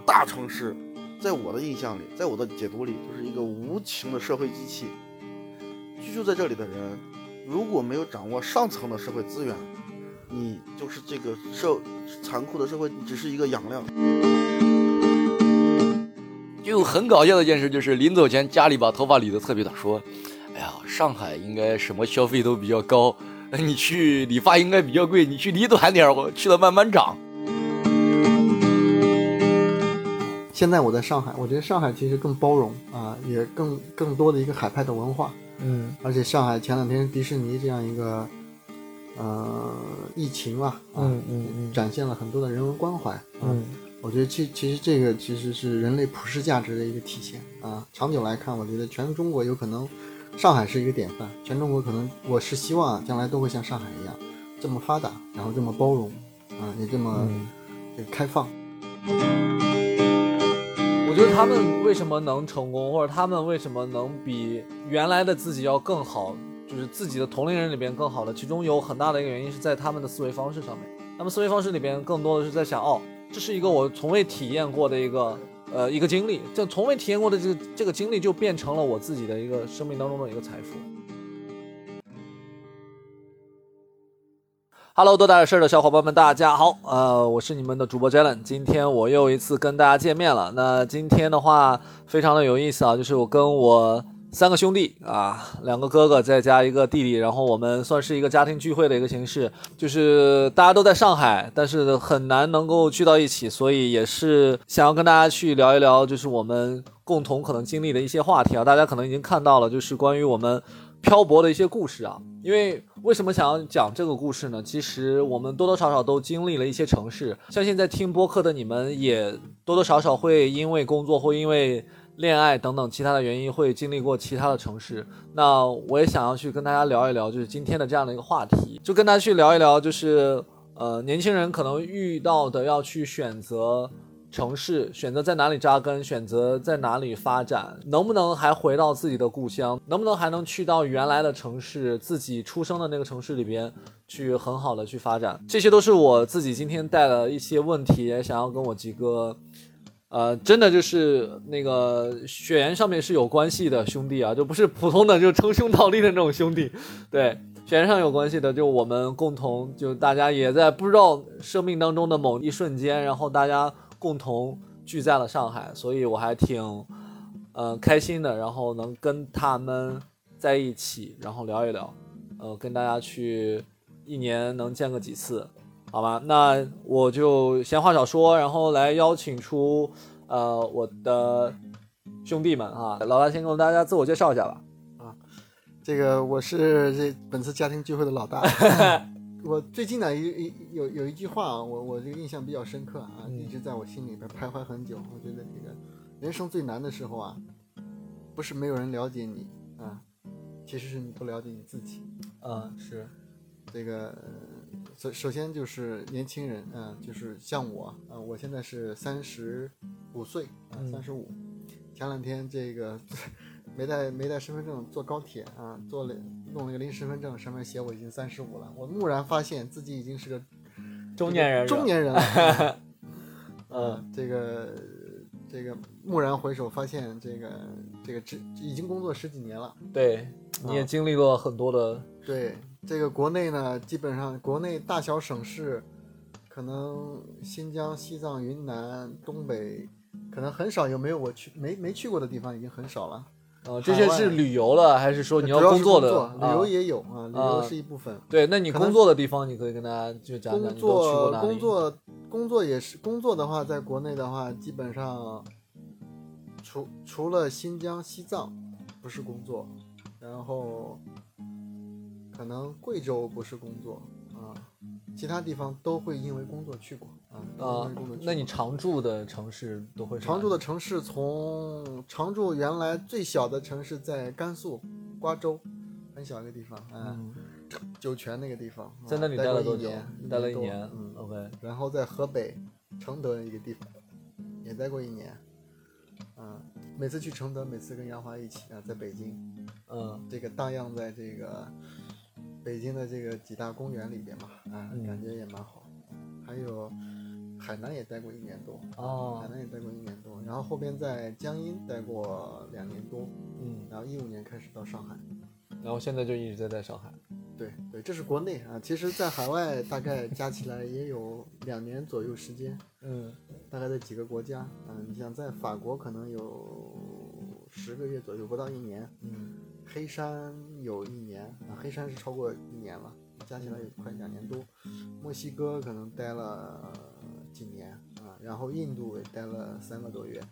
大城市在我的印象里，在我的解读里，就是一个无情的社会机器。居住在这里的人，如果没有掌握上层的社会资源，你就是这个残酷的社会，你只是一个养料。 就很搞笑的一件事，就是临走前家里把头发理得特别短，说哎呀，上海应该什么消费都比较高，你去理发应该比较贵，你去理短点，我去了慢慢长。 现在我在上海，我觉得上海其实更包容啊，也更多的一个海派的文化。而且上海前两天迪士尼这样一个疫情展现了很多的人文关怀。我觉得其实这个其实是人类普世价值的一个体现啊。长久来看，我觉得全中国有可能上海是一个典范，全中国可能我是希望将来都会像上海一样这么发达，然后这么包容也这么这个开放。 我觉得他们为什么能成功，或者他们为什么能比原来的自己要更好，就是自己的同龄人里边更好的，其中有很大的一个原因是在他们的思维方式上面。他们思维方式里边更多的是在想，这是一个我从未体验过的一个经历，这从未体验过的这个经历就变成了我自己的一个生命当中的一个财富。Hello， 多大点事儿的小伙伴们，大家好，我是你们的主播 Jalen， 今天我又一次跟大家见面了。那今天的话非常的有意思啊，就是我跟我3个兄弟啊，2个哥哥再加一个弟弟，然后我们算是一个家庭聚会的一个形式，就是大家都在上海，但是很难能够聚到一起，所以也是想要跟大家去聊一聊，就是我们共同可能经历的一些话题啊。大家可能已经看到了，就是关于我们漂泊的一些故事啊。因为为什么想要讲这个故事呢？其实我们多多少少都经历了一些城市，相信在听播客的你们也多多少少会因为工作或因为恋爱等等其他的原因会经历过其他的城市。那我也想要去跟大家聊一聊，就是今天的这样的一个话题，就跟大家去聊一聊，就是年轻人可能遇到的要去选择城市，选择在哪里扎根，选择在哪里发展，能不能还回到自己的故乡，能不能还能去到原来的城市，自己出生的那个城市里边去很好的去发展。这些都是我自己今天带了一些问题，也想要跟我几个真的就是那个血缘上面是有关系的兄弟啊，就不是普通的就称兄道弟的那种兄弟，对，血缘上有关系的，就我们共同，就大家也在不知道生命当中的某一瞬间，然后大家共同聚在了上海，所以我还挺开心的，然后能跟他们在一起，然后聊一聊，跟大家去一年能见个几次，好吗？那我就闲话少说，然后来邀请出我的兄弟们啊，老大先跟大家自我介绍一下吧。 这个我是本次家庭聚会的老大。我最近呢有一句话啊，我这个印象比较深刻啊，一直在我心里边徘徊很久。我觉得这个人生最难的时候啊，不是没有人了解你啊，其实是你不了解你自己。 是这个首先就是年轻人就是像我我现在是35岁35。前两天这个没带身份证，坐高铁弄了个临时身份证，上面写我已经35了。我蓦然发现自己已经是个中年人了。这个蓦然回首发现这个已经工作10几年了。 对，你也经历过很多的。 对，这个国内呢，基本上国内大小省市，可能新疆、西藏、云南、东北，可能很少有没有我没去过的地方，已经很少了。 这些是旅游了，还是说你要工作的？ 旅游也有旅游是一部分。 对，那你工作的地方，你可以跟大家就讲讲你都去过哪里？ 工作也是工作的话，在国内的话，基本上除了新疆、西藏不是工作，然后可能贵州不是工作其他地方都会因为工作去过那你常住的城市都会？ 常住的城市常住原来最小的城市在甘肃瓜州，很小一个地方酒泉那个地方， 在那里待了多久？待了1年。OK。 然后在河北承德一个地方也待过1年。每次去承德，每次跟杨华一起在北京，这个荡漾在这个北京的这个几大公园里边嘛，感觉也蛮好。 海南也待过1年多， 哦海，南也待过1年多，然后后边在江阴待过2年多，然后15年开始到上海。 然后现在就一直在上海。 对对，这是国内啊，其实在海外大概加起来也有2年左右时间，大概在几个国家，你像在法国可能有10个月左右，不到1年，黑山有1年啊，黑山是超过1年了，加起来也快2年多，墨西哥可能待了几年啊，然后印度也待了3个多月。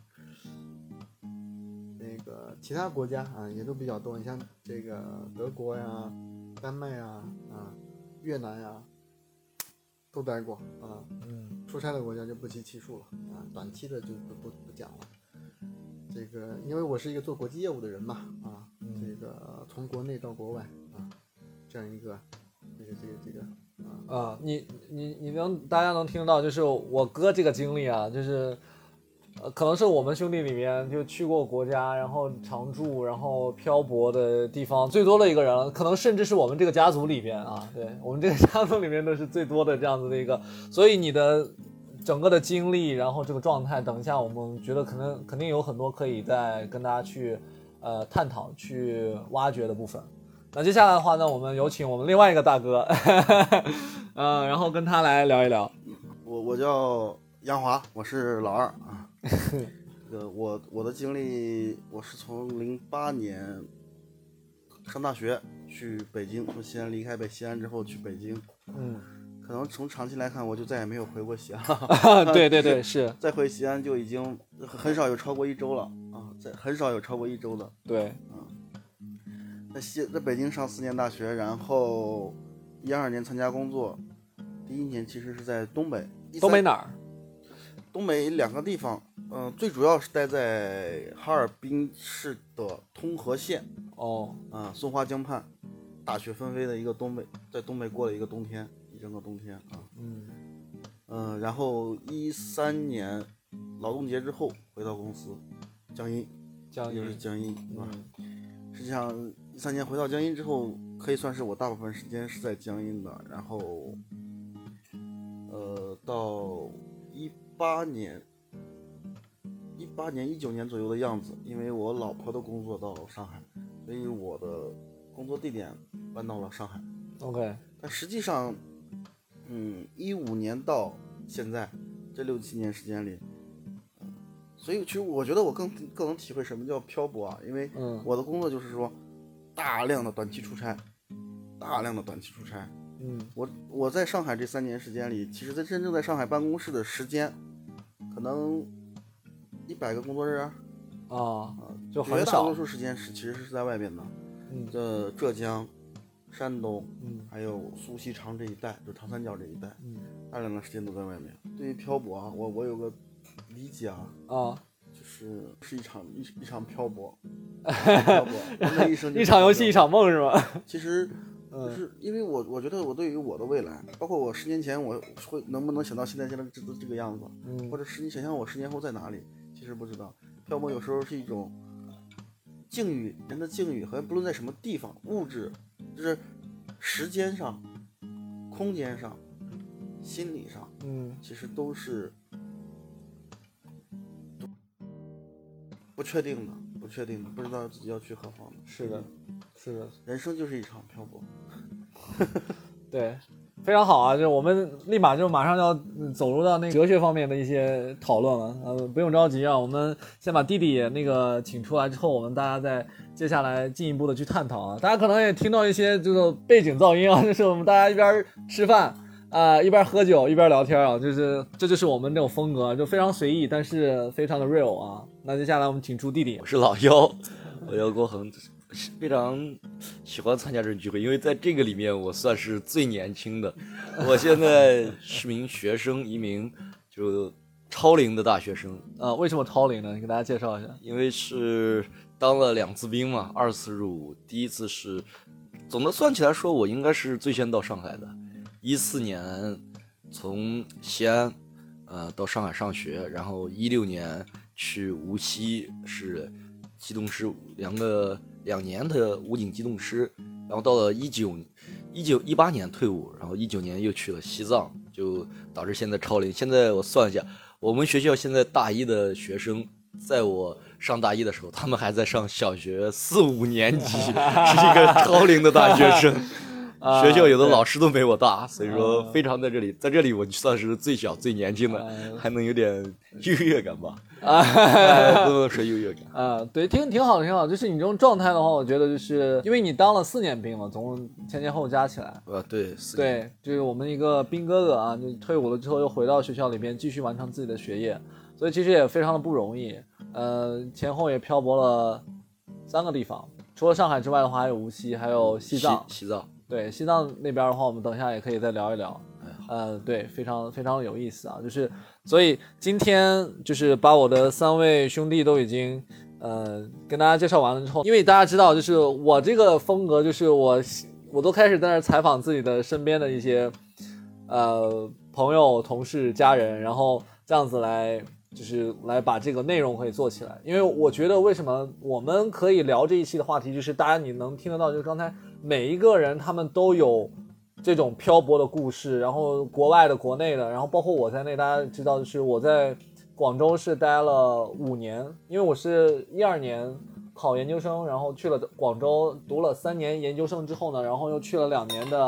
那个其他国家啊也都比较多，你像这个德国呀、丹麦呀、越南呀，都待过啊。出差的国家就不计其数了啊，短期的就不讲了。这个因为我是一个做国际业务的人嘛啊，这个从国内到国外啊，这样一个这个你大家能听到，就是我哥这个经历啊，就是可能是我们兄弟里面就去过国家，然后常住，然后漂泊的地方最多的一个人了，可能甚至是我们这个家族里边啊，对我们这个家族里面都是最多的这样子的一个，所以你的整个的经历，然后这个状态，等一下我们觉得肯定有很多可以再跟大家去探讨、去挖掘的部分。那接下来的话呢，我们有请我们另外一个大哥，然后跟他来聊一聊。 我叫杨华，我是老二啊。这个我的经历，我是从08年上大学去北京，从西安离开西安之后去北京。可能从长期来看，我就再也没有回过西安了。 对，是再回西安就已经很少有超过1周了啊，很少有超过1周的。 对， 在北京上4年大学，然后12年参加工作，第1年其实是在东北。 东北哪儿？ 东北2个地方，最主要是待在哈尔滨市的通河县。松花江畔，大雪纷飞的一个东北，在东北过了一个冬天，一整个冬天啊。然后13年劳动节之后回到公司，江阴，又是江阴，对吧？实际上13年回到江阴之后，可以算是我大部分时间是在江阴的。然后，到18年、19年左右的样子，因为我老婆的工作到上海，所以我的工作地点搬到了上海。 OK， 但实际上，15年到现在这6、7年时间里，所以其实我觉得我更能体会什么叫漂泊啊，因为我的工作就是说大量的短期出差。我在上海这3年时间里，其实在真正在上海办公室的时间，可能100个工作日就很少。 绝大多数时间其实是在外边的。浙江、山东，还有苏锡常这一带，就长三角这一带，大量的时间都在外面。对于漂泊啊，我有个理解就是一场漂泊，人的一生一场游戏一场梦是吧？ 其实就是因为我觉得我对于我的未来，包括我10年前我会能不能想到现在这个样子，或者你想象我10年后在哪里，其实不知道。漂泊有时候是一种境遇，人的境遇和不论在什么地方，物质就是时间上、空间上、心理上，其实都是不确定的，不知道自己要去何方的。 是的， 人生就是一场漂泊。 对，非常好啊！就我们立马就马上要走入到那个哲学方面的一些讨论了。不用着急啊，我们先把弟弟也请出来之后，我们大家再接下来进一步的去探讨啊。大家可能也听到一些这个背景噪音啊，就是我们大家一边吃饭一边喝酒一边聊天啊，这就是我们这种风格，就非常随意，但是非常的 real 啊。那接下来我们请出弟弟， 我是老幺，我叫郭恒。非常喜欢参加这种聚会，因为在这个里面我算是最年轻的。我现在是名学生，一名就超龄的大学生。 为什么超龄呢？你给大家介绍一下。 因为是当了2次兵嘛，2次入伍。第1次是总的算起来说，我应该是最先到上海的。14年从西安到上海上学，然后16年去无锡是机动师2年的武警机动师，然后到了18年退伍，然后19年又去了西藏，就导致现在超龄。现在我算一下，我们学校现在大一的学生，在我上大一的时候，他们还在上小学4、5年级，是一个超龄的大学生。学校有的老师都没我大，所以说非常在这里我算是最小最年轻的，还能有点优越感吧。不能说优越感对，挺好挺好。就是你这种状态的话，我觉得就是因为你当了4年兵嘛，总共前后加起来。 对对，就是我们一个兵哥哥啊，就退伍了之后又回到学校里边继续完成自己的学业，所以其实也非常的不容易。前后也漂泊了3个地方，除了上海之外的话，还有无锡，还有西藏。 西藏。 对，西藏那边的话，我们等一下也可以再聊一聊。对，非常非常有意思啊，就是所以今天就是把我的3位兄弟都已经跟大家介绍完了之后，因为大家知道，就是我这个风格，就是我都开始在那采访自己的身边的一些朋友、同事、家人，然后这样子就是来把这个内容可以做起来。因为我觉得为什么我们可以聊这一期的话题，就是大家你能听得到，就是刚才每一个人他们都有这种漂泊的故事，然后国外的、国内的，然后包括我在内，大家知道就是我在广州是待了5年，因为我是12年考研究生，然后去了广州读了3年研究生之后呢，然后又去了2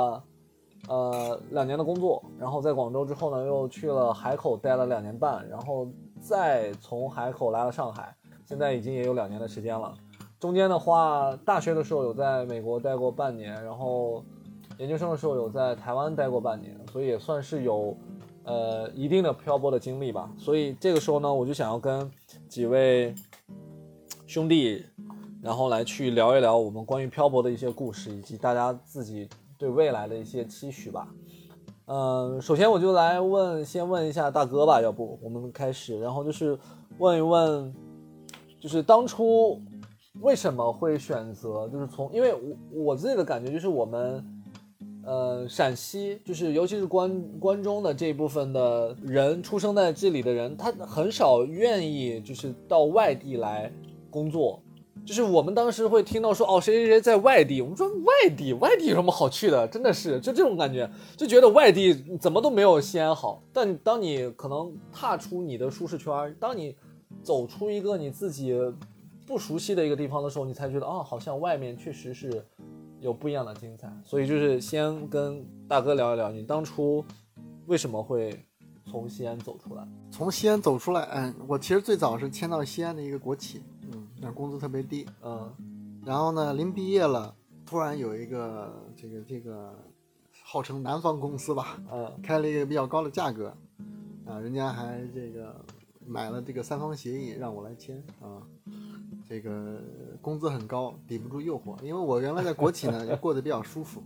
年的工作，然后在广州之后呢，又去了海口待了2年半，然后再从海口来了上海，现在已经也有2年的时间了。中间的话，大学的时候有在美国待过半年，然后研究生的时候有在台湾待过半年，所以也算是有一定的漂泊的经历吧。所以这个时候呢，我就想要跟几位兄弟，然后来去聊一聊我们关于漂泊的一些故事，以及大家自己对未来的一些期许吧。首先我就来先问一下大哥吧，要不我们开始，然后就是问一问，就是当初为什么会选择，就是因为我自己的感觉就是我们陕西，就是尤其是关中的这一部分的人，出生在这里的人，他很少愿意就是到外地来工作。就是我们当时会听到说，哦，谁谁谁在外地，我们说外地有什么好去的？真的是就这种感觉，就觉得外地怎么都没有西安好。但当你可能踏出你的舒适圈，当你走出一个你自己不熟悉的一个地方的时候，你才觉得好像外面确实是有不一样的精彩。所以就是先跟大哥聊一聊，你当初为什么会从西安走出来？ 从西安走出来，我其实最早是迁到西安的一个国企，那工资特别低，然后呢，临毕业了，突然有一个这个号称南方公司吧，开了一个比较高的价格，人家还这个买了这个3方协议让我来签这个工资很高，抵不住诱惑，因为我原来在国企呢就过得比较舒服，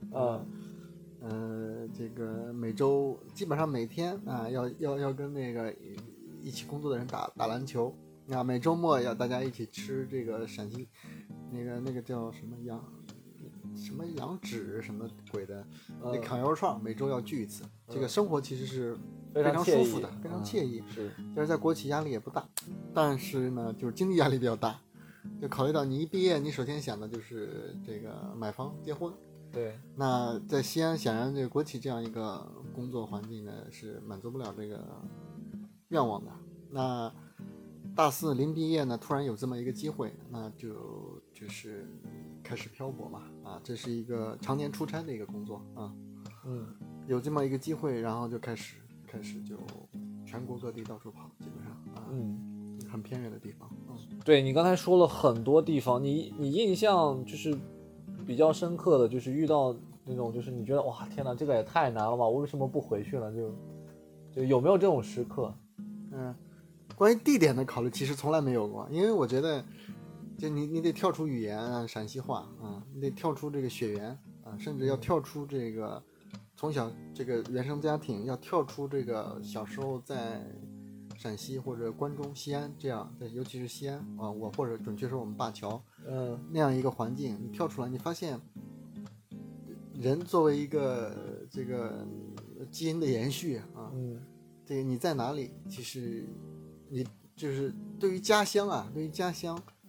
这个每周基本上每天要跟那个一起工作的人打篮球。每周末要大家一起吃这个陕西那个叫什么羊脂什么鬼的那烤羊肉串，每周要聚一次。这个生活其实是非常舒服的，非常惬意。 是， 就是在国企压力也不大，但是呢，就是经济压力比较大。就考虑到你一毕业，你首先想的就是这个买房结婚。 对， 那在西安，显然这个国企这样一个工作环境呢，是满足不了这个愿望的。那大4临毕业呢，突然有这么一个机会，那就是开始漂泊嘛，这是一个常年出差的一个工作有这么一个机会，然后就开始就全国各地到处跑，基本上很偏远的地方。 对，你刚才说了很多地方，你印象就是比较深刻的，就是遇到那种就是你觉得哇天哪，这个也太难了吧，我为什么不回去了？就有没有这种时刻？ 关于地点的考虑其实从来没有过，因为我觉得就你得跳出语言陕西话你得跳出这个血缘甚至要跳出这个从小这个原生家庭，要跳出这个小时候在陕西或者关中、西安这样，尤其是西安我或者准确说我们灞桥那样一个环境，你跳出来，你发现人作为一个这个基因的延续这个你在哪里，其实你就是对于家乡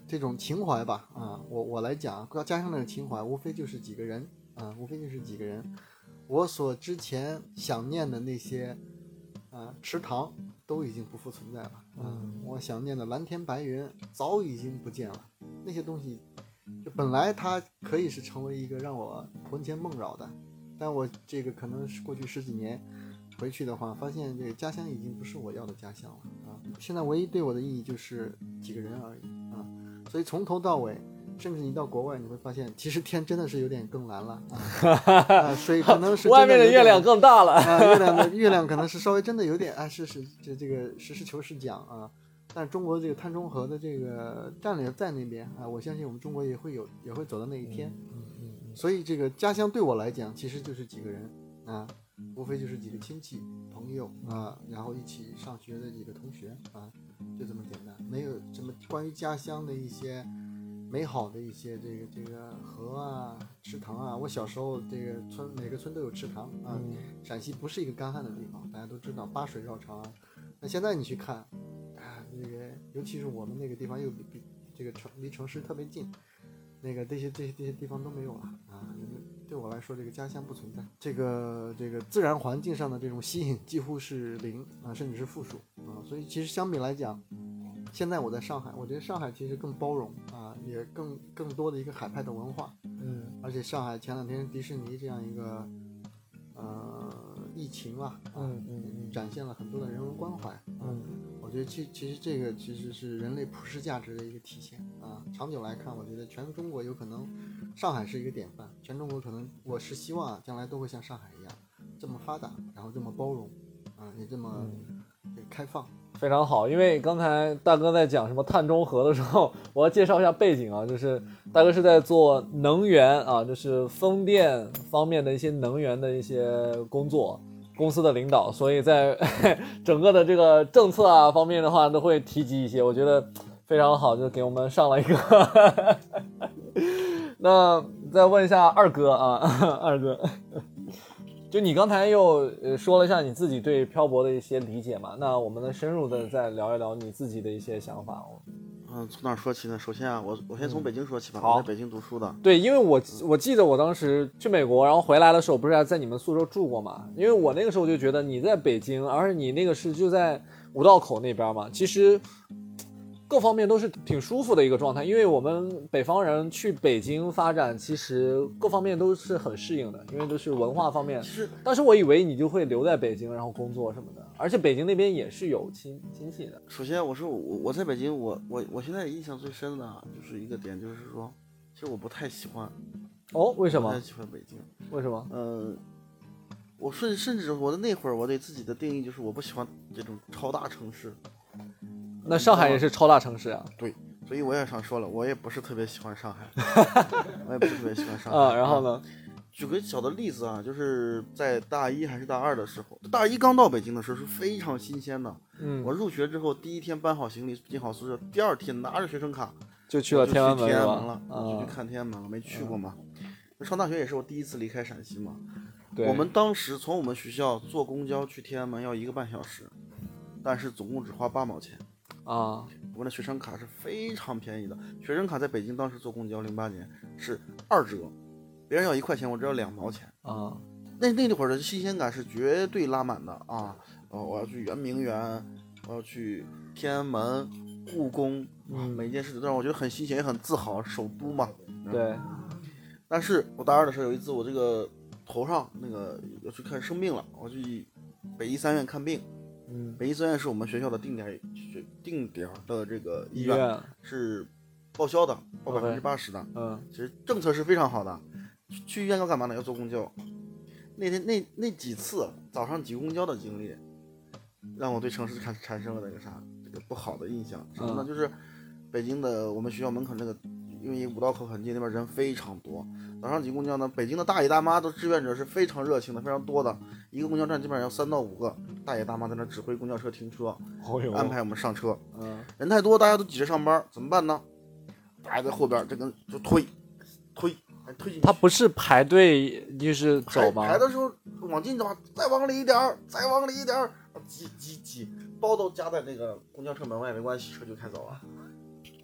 这种情怀吧，啊，我来讲，家乡那个情怀，无非就是几个人啊，无非就是几个人。我所之前想念的那些池塘都已经不复存在了，我想念的蓝天白云早已经不见了。那些东西，就本来它可以是成为一个让我魂牵梦绕的，但我这个可能是过去10几年回去的话，发现这个家乡已经不是我要的家乡了啊。现在唯一对我的意义就是几个人而已啊。所以从头到尾，甚至你到国外，你会发现，其实天真的是有点更蓝了水可能是外面的月亮更大了月亮可能是稍微真的有点这个实事求是讲啊。但中国这个碳中和的这个战略在那边啊，我相信我们中国也会走到那一天。所以这个家乡对我来讲，其实就是几个人啊，无非就是几个亲戚朋友啊，然后一起上学的几个同学啊，就这么简单，没有什么关于家乡的一些美好的一些这个河啊、池塘啊。我小时候这个每个村都有池塘啊。陕西不是一个干旱的地方，大家都知道八水绕城啊。那现在你去看这个尤其是我们那个地方又比这个离城市特别近，那个这些地方都没有了啊。对我来说，这个家乡不存在，这个自然环境上的这种吸引几乎是零啊，甚至是负数啊。所以其实相比来讲，现在我在上海，我觉得上海其实更包容啊，也更多的一个海派的文化。而且上海前2天迪士尼这样一个疫情展现了很多的人文关怀。我觉得其实这个其实是人类普世价值的一个体现啊。长久来看，我觉得全中国有可能上海是一个典范，全中国可能我是希望将来都会像上海一样这么发达，然后这么包容啊，也这么开放。 非常好，因为刚才大哥在讲什么碳中和的时候，我要介绍一下背景啊，就是大哥是在做能源啊，就是风电方面的一些能源的一些工作，公司的领导，所以在整个的这个政策啊方面的话都会提及一些，我觉得非常好，就给我们上了一个那再问一下二哥啊，二哥就你刚才又说了一下你自己对漂泊的一些理解嘛，那我们能深入的再聊一聊你自己的一些想法。 从哪说起呢？首先啊，我先从北京说起吧。 好， 我在北京读书的。 对，因为我记得我当时去美国，然后回来的时候不是还在你们宿舍住过嘛？因为我那个时候就觉得你在北京，而且你那个是就在五道口那边嘛，其实各方面都是挺舒服的一个状态。因为我们北方人去北京发展，其实各方面都是很适应的，因为都是文化方面。但是我以为你就会留在北京，然后工作什么的，而且北京那边也是有亲戚的。 首先我在北京，我现在印象最深的就是一个点，就是说，其实我不太喜欢。 为什么？ 不太喜欢北京。 为什么？ 我甚至我的那会儿，我对自己的定义就是我不喜欢这种超大城市。 那上海也是超大城市啊。 对，所以我也想说了，我也不是特别喜欢上海，我也不是特别喜欢上海然后呢？ 举个小的例子啊，就是在大1还是大2的时候，大1刚到北京的时候是非常新鲜的。我入学之后第1天搬好行李进好宿舍，第2天拿着学生卡就去了天安门了，就去看天安门了，没去过嘛。上大学也是我第1次离开陕西嘛。 对， 我们当时从我们学校坐公交去天安门要1个半小时，但是总共只花8毛钱。我们的学生卡是非常便宜的，学生卡在北京当时坐公交08年是2折，别人要1块钱，我只要2毛钱那会儿的新鲜感是绝对拉满的啊！我要去圆明园，我要去天安门、故宫，每件事情都让我觉得很新鲜，也很自豪，首都嘛。 对。 但是我大2的时候有一次，我这个头上那个要去看生病了，我去北医3院看病。北医3院是我们学校的定点的这个医院，是报销的，报80%的。其实政策是非常好的。去医院要干嘛呢？要坐公交。那天那几次早上挤公交的经历，让我对城市产生了这个不好的印象。什么呢？就是北京的我们学校门口那个，因为五道口很近，那边人非常多。早上挤公交呢，北京的大爷大妈的志愿者是非常热情的，非常多的。一个公交站基本上要3到5个大爷大妈在那指挥公交车停车，安排我们上车。人太多，大家都挤着上班，怎么办呢？大家在后边就推进去。 他不是排队就是走吗？ 排的时候往进走，再往里一点，再往里一点，挤，包都夹在那个公交车门外，没关系，车就开走了。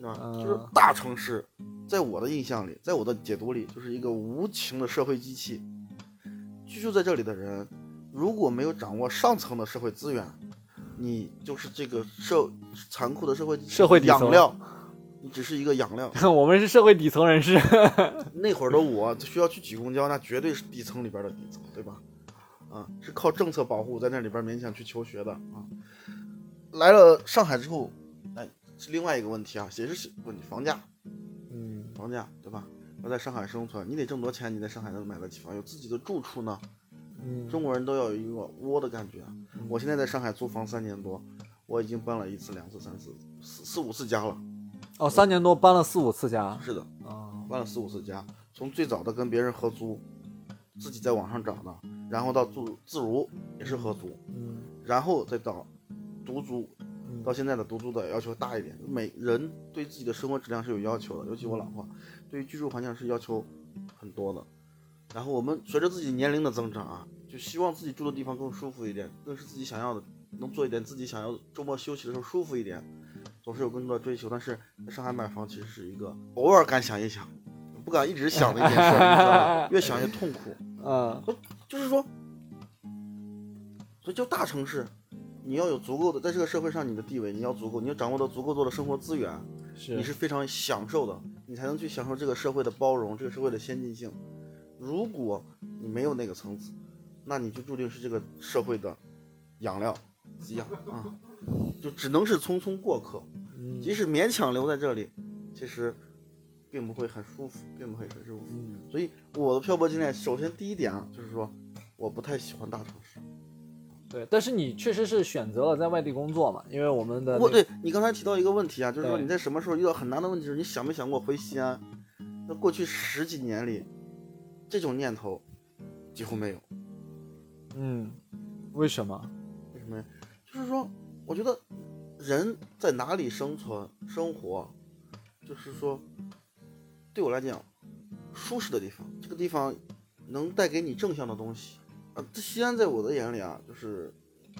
就是大城市，在我的印象里，在我的解读里，就是一个无情的社会机器。居住在这里的人，如果没有掌握上层的社会资源，你就是这个残酷的社会养料，你只是一个养料。 我们是社会底层人士。 那会儿的我需要去挤公交，那绝对是底层里边的底层，对吧？是靠政策保护在那里边勉强去求学的啊。来了上海之后，是另外一个问题啊，也是问题，房价，房价对吧？要在上海生存，你得挣多钱，你在上海能买得起房，有自己的住处呢。中国人都要有一个窝的感觉。我现在在上海租房3年多，我已经搬了1次、2次、3次、4、5次家了。 3年多搬了4、5次家。 是的，搬了4、5次家，从最早的跟别人合租，自己在网上找的，然后到自如也是合租，然后再到独租，到现在的独租的要求大一点。每人对自己的生活质量是有要求的，尤其我老婆对于居住环境是要求很多的。然后我们随着自己年龄的增长就希望自己住的地方更舒服一点，更是自己想要的，能做一点自己想要周末休息的时候舒服一点，总是有更多的追求。但是在上海买房其实是一个偶尔敢想一想，不敢一直想的一件事，你知道吗？越想越痛苦。就是说，所以就大城市，你要有足够的，在这个社会上你的地位你要足够，你要掌握到足够多的生活资源，你是非常享受的，你才能去享受这个社会的包容，这个社会的先进性。如果你没有那个层次，那你就注定是这个社会的养料一样就只能是匆匆过客。即使勉强留在这里，其实并不会很舒服，所以我的漂泊经验，首先第一点就是说，我不太喜欢大城市。 对，但是你确实是选择了在外地工作嘛，因为我们的对你刚才提到一个问题就是说你在什么时候遇到很难的问题时，你想没想过回西安？那过去10几年里，这种念头几乎没有。 为什么？ 就是说，我觉得人在哪里生存生活，就是说对我来讲，舒适的地方，这个地方能带给你正向的东西西安在我的眼里就是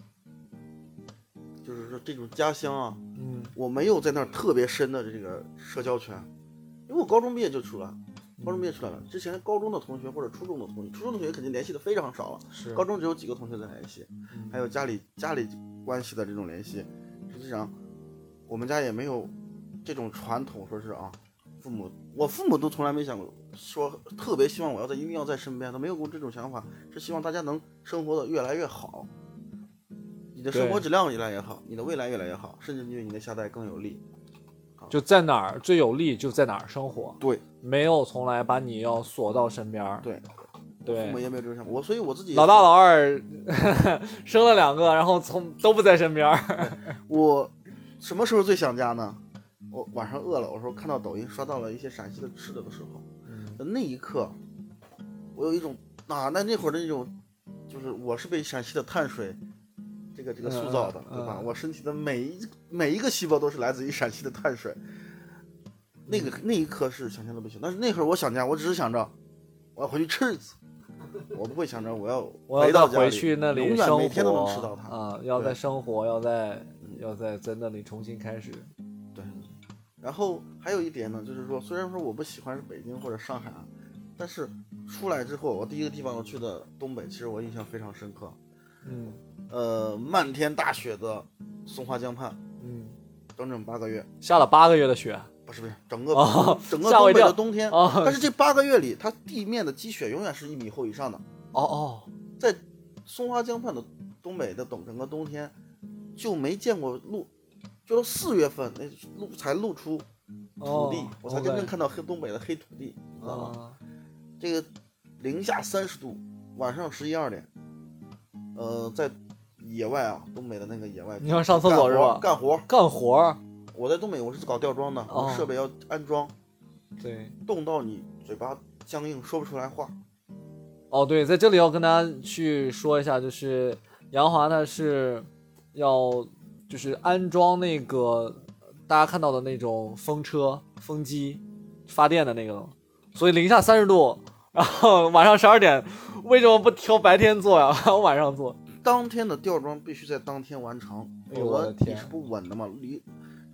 说这种家乡我没有在那儿特别深的这个社交圈，因为我高中毕业就出来了。之前高中的同学或者初中的同学肯定联系的非常少了，高中只有几个同学在联系，还有家里关系的这种联系。实际上我们家也没有这种传统，说是我父母都从来没想过说特别希望我一定要在身边，都没有过这种想法，是希望大家能生活的越来越好，你的生活质量越来越好，你的未来越来越好，甚至对你的下代更有利。 就在哪儿最有利就在哪儿生活， 对， 没有从来把你要锁到身边。 对， 父母也没有这种想法，所以我自己老大老二生了2个，然后都不在身边。 我什么时候最想家呢？我晚上饿了，我说看到抖音刷到了一些陕西的吃的时候，那一刻我有一种那会儿的那种，就是我是被陕西的碳水这个塑造的，对吧？我身体的每一个细胞都是来自于陕西的碳水。那一刻是想象的不行，但是那会儿我想家，我只是想着我要回去吃一次，我不会想着我要回到家里， 回去那里永远每天都能吃到它要在生活，要在那里重新开始。 对，然后还有一点呢，就是说虽然说我不喜欢是北京或者上海但是出来之后，我第一个地方我去的东北，其实我印象非常深刻。漫天大雪的松花江畔，整整8个月， 下了8个月的雪。 不是整个东北的冬天，但是这8个月里，它地面的积雪永远是1米厚以上的。在松花江畔的东北的整个冬天，就没见过就到4月份那才露出土地，我才真正看到东北的黑土地，知道吗？这个零下30度，晚上11、12点，在野外东北的那个野外， 你要上厕所是吧？ 干活。我在东北，我是搞吊装的，我设备要安装， 对， 冻到你嘴巴僵硬，说不出来话。 对，在这里要跟大家去说一下，就是杨华他是要就是安装那个大家看到的那种风机发电的那个，所以零下30度，然后晚上12点，为什么不挑白天做呀？我晚上做。 当天的吊装必须在当天完成，否则你是不稳的嘛。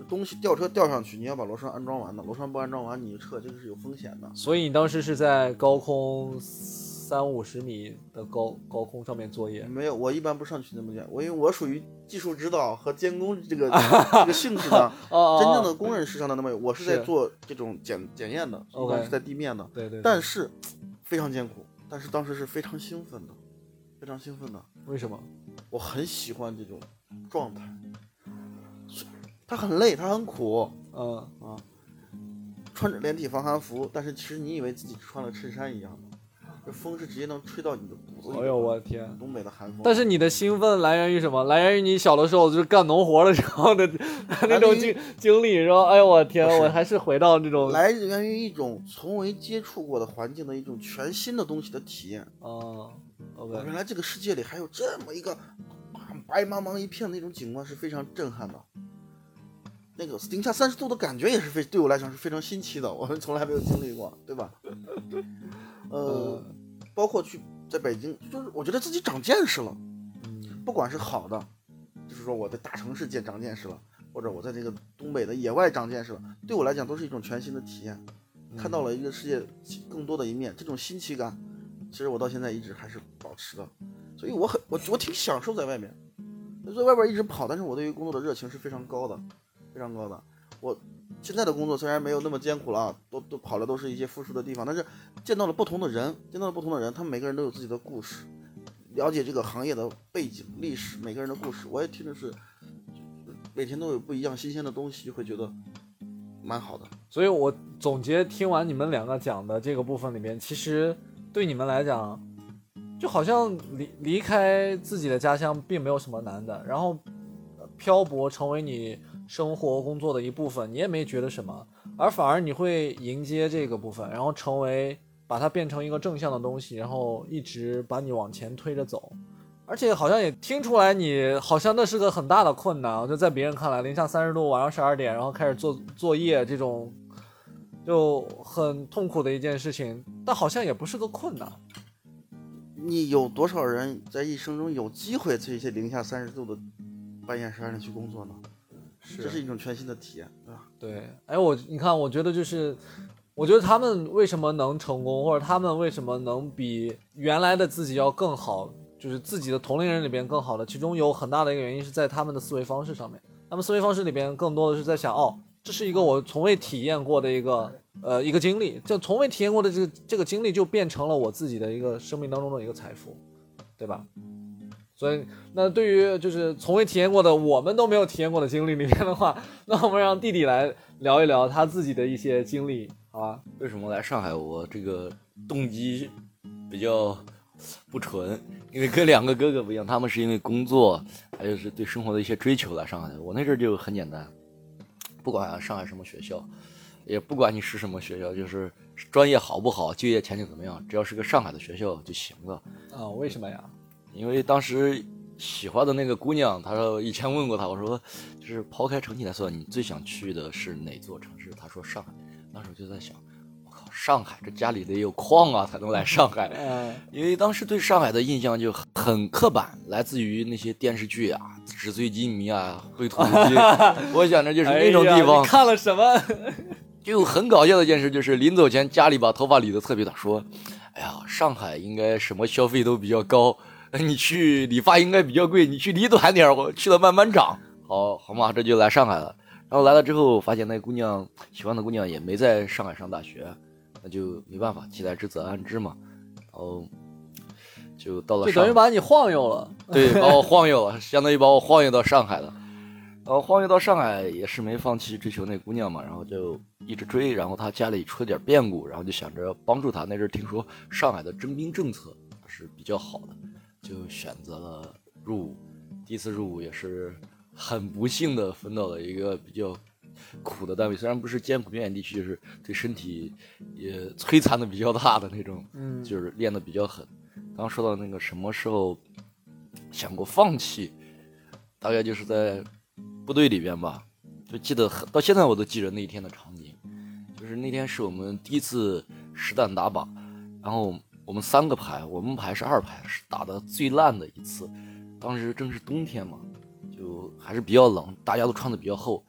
东西吊车吊上去，你要把螺栓安装完的，螺栓不安装完你撤，这个是有风险的。 所以你当时是在高空30-50米的高空上面作业？ 没有，我一般不上去那么远，因为我属于技术指导和监工这个性质的，真正的工人是上的那么远，我是在做这种检验的，一般是在地面的。 对。 但是非常艰苦，但是当时是非常兴奋的，非常兴奋的。 为什么？ 我很喜欢这种状态。它很累，它很苦，穿着连体防寒服，但是其实你以为自己穿了衬衫一样的，这风是直接能吹到你的骨子里。 哎呦我天！ 东北的寒风。 但是你的兴奋来源于什么？来源于你小的时候就是干农活的时候的那种经历，是吧？哎呦我天！我还是回到这种来源于一种从未接触过的环境的一种全新的东西的体验。 OK， 原来这个世界里还有这么一个白茫茫一片那种景观是非常震撼的。那个零下30度的感觉也是对我来讲是非常新奇的，我们从来没有经历过，对吧？包括在北京，就是我觉得自己长见识了，不管是好的，就是说我在大城市长见识了，或者我在这个东北的野外长见识了，对我来讲都是一种全新的体验，看到了一个世界更多的一面，这种新奇感，其实我到现在一直还是保持的，所以我挺享受在外面，在外边一直跑，但是我对于工作的热情是非常高的。非常高的。我现在的工作虽然没有那么艰苦了，都跑的都是一些富庶的地方，但是见到了不同的人，他们每个人都有自己的故事，了解这个行业的背景、历史，每个人的故事，我也听的是每天都有不一样新鲜的东西，会觉得蛮好的。 所以我总结听完你们两个讲的这个部分里面，其实对你们来讲，就好像离开自己的家乡并没有什么难的，然后漂泊成为你生活工作的一部分，你也没觉得什么，而反而你会迎接这个部分，然后把它变成一个正向的东西，然后一直把你往前推着走。而且好像也听出来你好像那是个很大的困难，就在别人看来零下30度晚上12点然后开始做作业，这种就很痛苦的一件事情，但好像也不是个困难。 你有多少人在一生中有机会在一些零下30度的半夜12点去工作呢？这是一种全新的体验，对吧？ 对，你看，我觉得他们为什么能成功，或者他们为什么能比原来的自己要更好，就是自己的同龄人里边更好的，其中有很大的一个原因是在他们的思维方式上面。他们思维方式里边更多的是在想，这是一个我从未体验过的一个经历，就从未体验过的这个经历就变成了我自己的一个生命当中的一个财富，对吧？所以那对于就是从未体验过的我们都没有体验过的经历里面的话，那我们让弟弟来聊一聊他自己的一些经历，好吧？ 为什么来上海？我这个动机比较不纯，因为跟两个哥哥不一样，他们是因为工作还有是对生活的一些追求来上海的。我那阵就很简单，不管上海什么学校，也不管你是什么学校，就是专业好不好，就业前景怎么样，只要是个上海的学校就行了。 为什么呀？ 因为当时喜欢的那个姑娘，她说以前问过她，我说就是抛开成绩来说，你最想去的是哪座城市？她说上海。当时我就在想，我靠，上海这家里得有矿啊才能来上海。因为当时对上海的印象就很刻板，来自于那些电视剧啊，纸醉金迷啊，灰土金。我想着就是那种地方。 你看了什么？ 就很搞笑的一件事，就是临走前家里把头发理得特别短，说哎呀，上海应该什么消费都比较高，你去理发应该比较贵，你去理短点，我去了慢慢长。好嘛，这就来上海了。然后来了之后，发现那姑娘喜欢的姑娘也没在上海上大学，那就没办法，既来之则安之嘛。然后就到了上海， 就等于把你晃悠了。 对，把我晃悠了，相当于把我晃悠到上海了。然后晃悠到上海也是没放弃追求那姑娘嘛，然后就一直追。然后她家里出了点变故，然后就想着帮助她。那阵听说上海的征兵政策是比较好的，就选择了入伍。第一次入伍也是很不幸的分到了一个比较苦的单位，虽然不是艰苦边远地区，就是对身体也摧残的比较大的那种，就是练得比较狠。刚说到那个什么时候想过放弃，大概就是在部队里边吧，就记得到现在我都记着那一天的场景，就是那天是我们第一次实弹打靶，然后我们3个排，我们排是2排，是打的最烂的一次。当时正是冬天嘛，就还是比较冷，大家都穿的比较厚，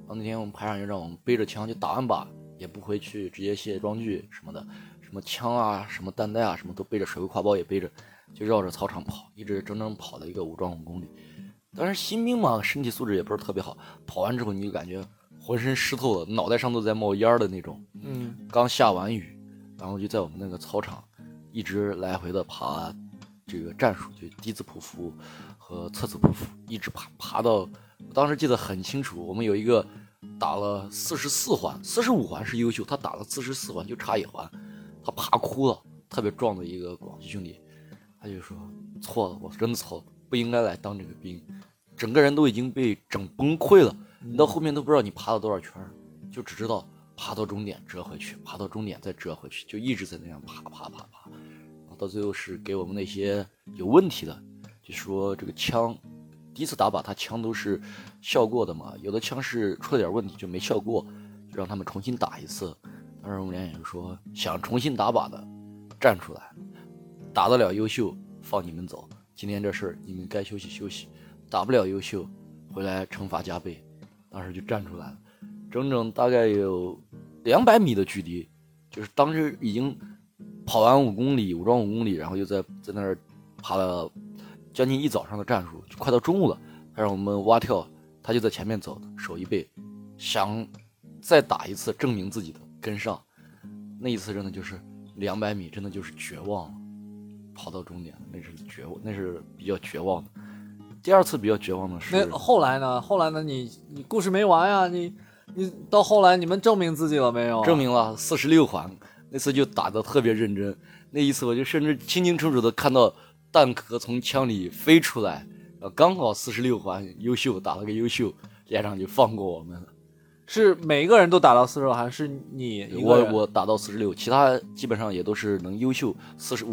后那天我们排长就让我们背着枪，就打完靶也不回去，直接卸装具什么的，什么枪啊，什么弹袋啊，什么都背着，水库挎包也背着，就绕着操场跑，一直整整跑了一个武装5公里。当然新兵嘛，身体素质也不是特别好，跑完之后你就感觉浑身湿透了，脑袋上都在冒烟的那种。刚下完雨，然后就在我们那个操场一直来回的爬这个战术，就低子匍匐和侧子匍匐，一直爬到，我当时记得很清楚，我们有一个打了44环，45环是优秀，他打了44环就差1环，他爬哭了，特别壮的一个广西兄弟，他就说错了，我真的错了，不应该来当这个兵，整个人都已经被整崩溃了，你到后面都不知道你爬了多少圈，就只知道爬到终点折回去，爬到终点再折回去，就一直在那样爬，然后到最后是给我们那些有问题的，就说这个枪第一次打靶他枪都是效过的嘛，有的枪是出了点问题就没效过，就让他们重新打一次。当时我们连长就说想重新打靶的站出来，打得了优秀放你们走，今天这事你们该休息休息，打不了优秀回来惩罚加倍。当时就站出来了，整整大概有200米的距离，就是当时已经跑完5公里，武装5公里，然后又在那儿爬了将近1早上的战术，就快到中午了，他让我们蛙跳，他就在前面走，手一背，想再打一次证明自己的跟上。那一次真的就是200米，真的就是绝望了，跑到终点那是绝望，那是比较绝望的。第二次比较绝望的是那后来呢？你故事没完呀！你到后来你们证明自己了没有？ 证明了46环，那次就打得特别认真。那一次我就甚至清清楚楚的看到弹壳从枪里飞出来，刚好46环优秀，打了个优秀，连长就放过我们了。 是每一个人都打到46，还是你一个人？ 我打到46，其他基本上也都是能优秀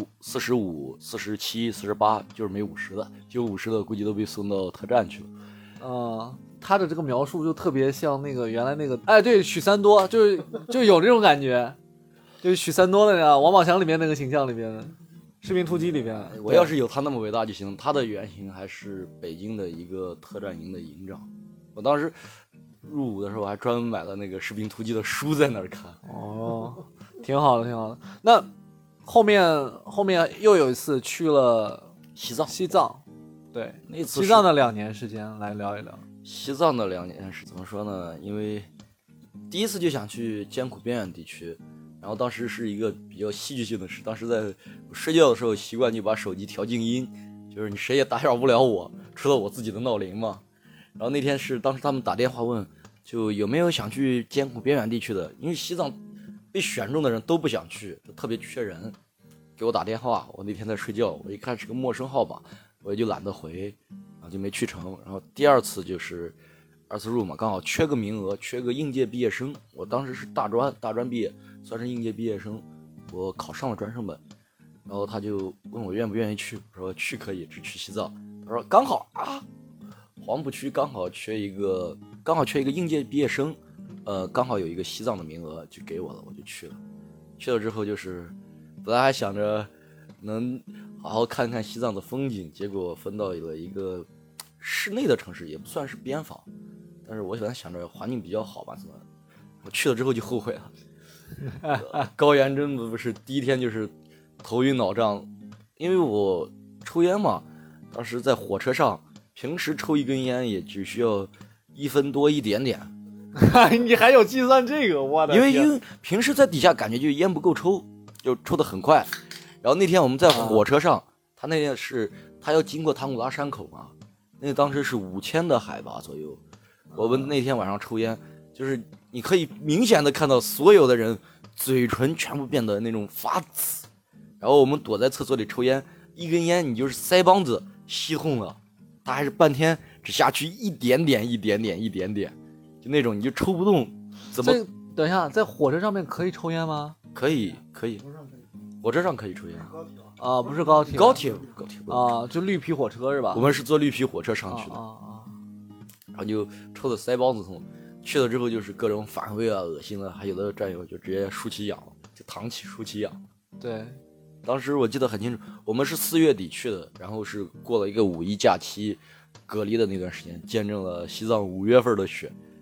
45、45、47、48，就是没50的，就50的估计都被送到特战去了。 他的这个描述就特别像那个原来那个，哎，对，许三多，就有这种感觉，就是许三多的那个王宝强里面那个形象里边的，士兵突击里边。 我要是有他那么伟大就行。他的原型还是北京的一个特战营的营长，我当时入伍的时候还专门买了那个士兵突击的书在那儿看。 挺好的。那后面又有一次去了西藏，对， 那次西藏的2年时间来聊一聊。 西藏的2年是怎么说呢？因为第一次就想去艰苦边远地区，然后当时是一个比较戏剧性的事，当时在睡觉的时候习惯就把手机调静音，就是你谁也打扰不了我，除了我自己的闹铃嘛。然后那天是当时他们打电话问就有没有想去艰苦边远地区的，因为西藏被选中的人都不想去，就特别缺人，给我打电话。我那天在睡觉，我一看是个陌生号码，我也就懒得回，然后就没去成。然后第二次就是2次入嘛，刚好缺个名额，缺个应届毕业生。我当时是大专毕业，算是应届毕业生，我考上了专升本。然后他就问我愿不愿意去，我说去可以，只去西藏。他说刚好啊，黄浦区刚好缺一个应届毕业生，刚好有一个西藏的名额就给我了，我就去了。去了之后就是本来还想着能好好看看西藏的风景，结果分到了一个室内的城市，也不算是边防，但是我本来想着环境比较好吧，怎么我去了之后就后悔了。高原真的不是第一天就是头晕脑胀，因为我抽烟嘛，当时在火车上，平时抽一根烟也只需要1分多一点点。 你还有计算这个？我的天！ 因为平时在底下感觉就烟不够抽，就抽得很快。然后那天我们在火车上，他要经过唐古拉山口嘛，那当时是5000的海拔左右。我们那天晚上抽烟，就是你可以明显的看到所有的人嘴唇全部变得那种发紫，然后我们躲在厕所里抽烟，一根烟你就是腮帮子吸痛了，他还是半天只下去一点点，就那种你就抽不动。怎么？ 等一下，在火车上面可以抽烟吗？ 可以，火车上可以抽烟啊，不是高铁，啊，就绿皮火车是吧？ 我们是坐绿皮火车上去的，然后就抽的腮帮子痛，去了之后就是各种反胃啊、恶心了，还有的战友就直接竖起痒了，就躺起竖起痒。 对， 当时我记得很清楚，我们是4月底去的，然后是过了一个5一假期隔离的那段时间，见证了西藏5月份的雪，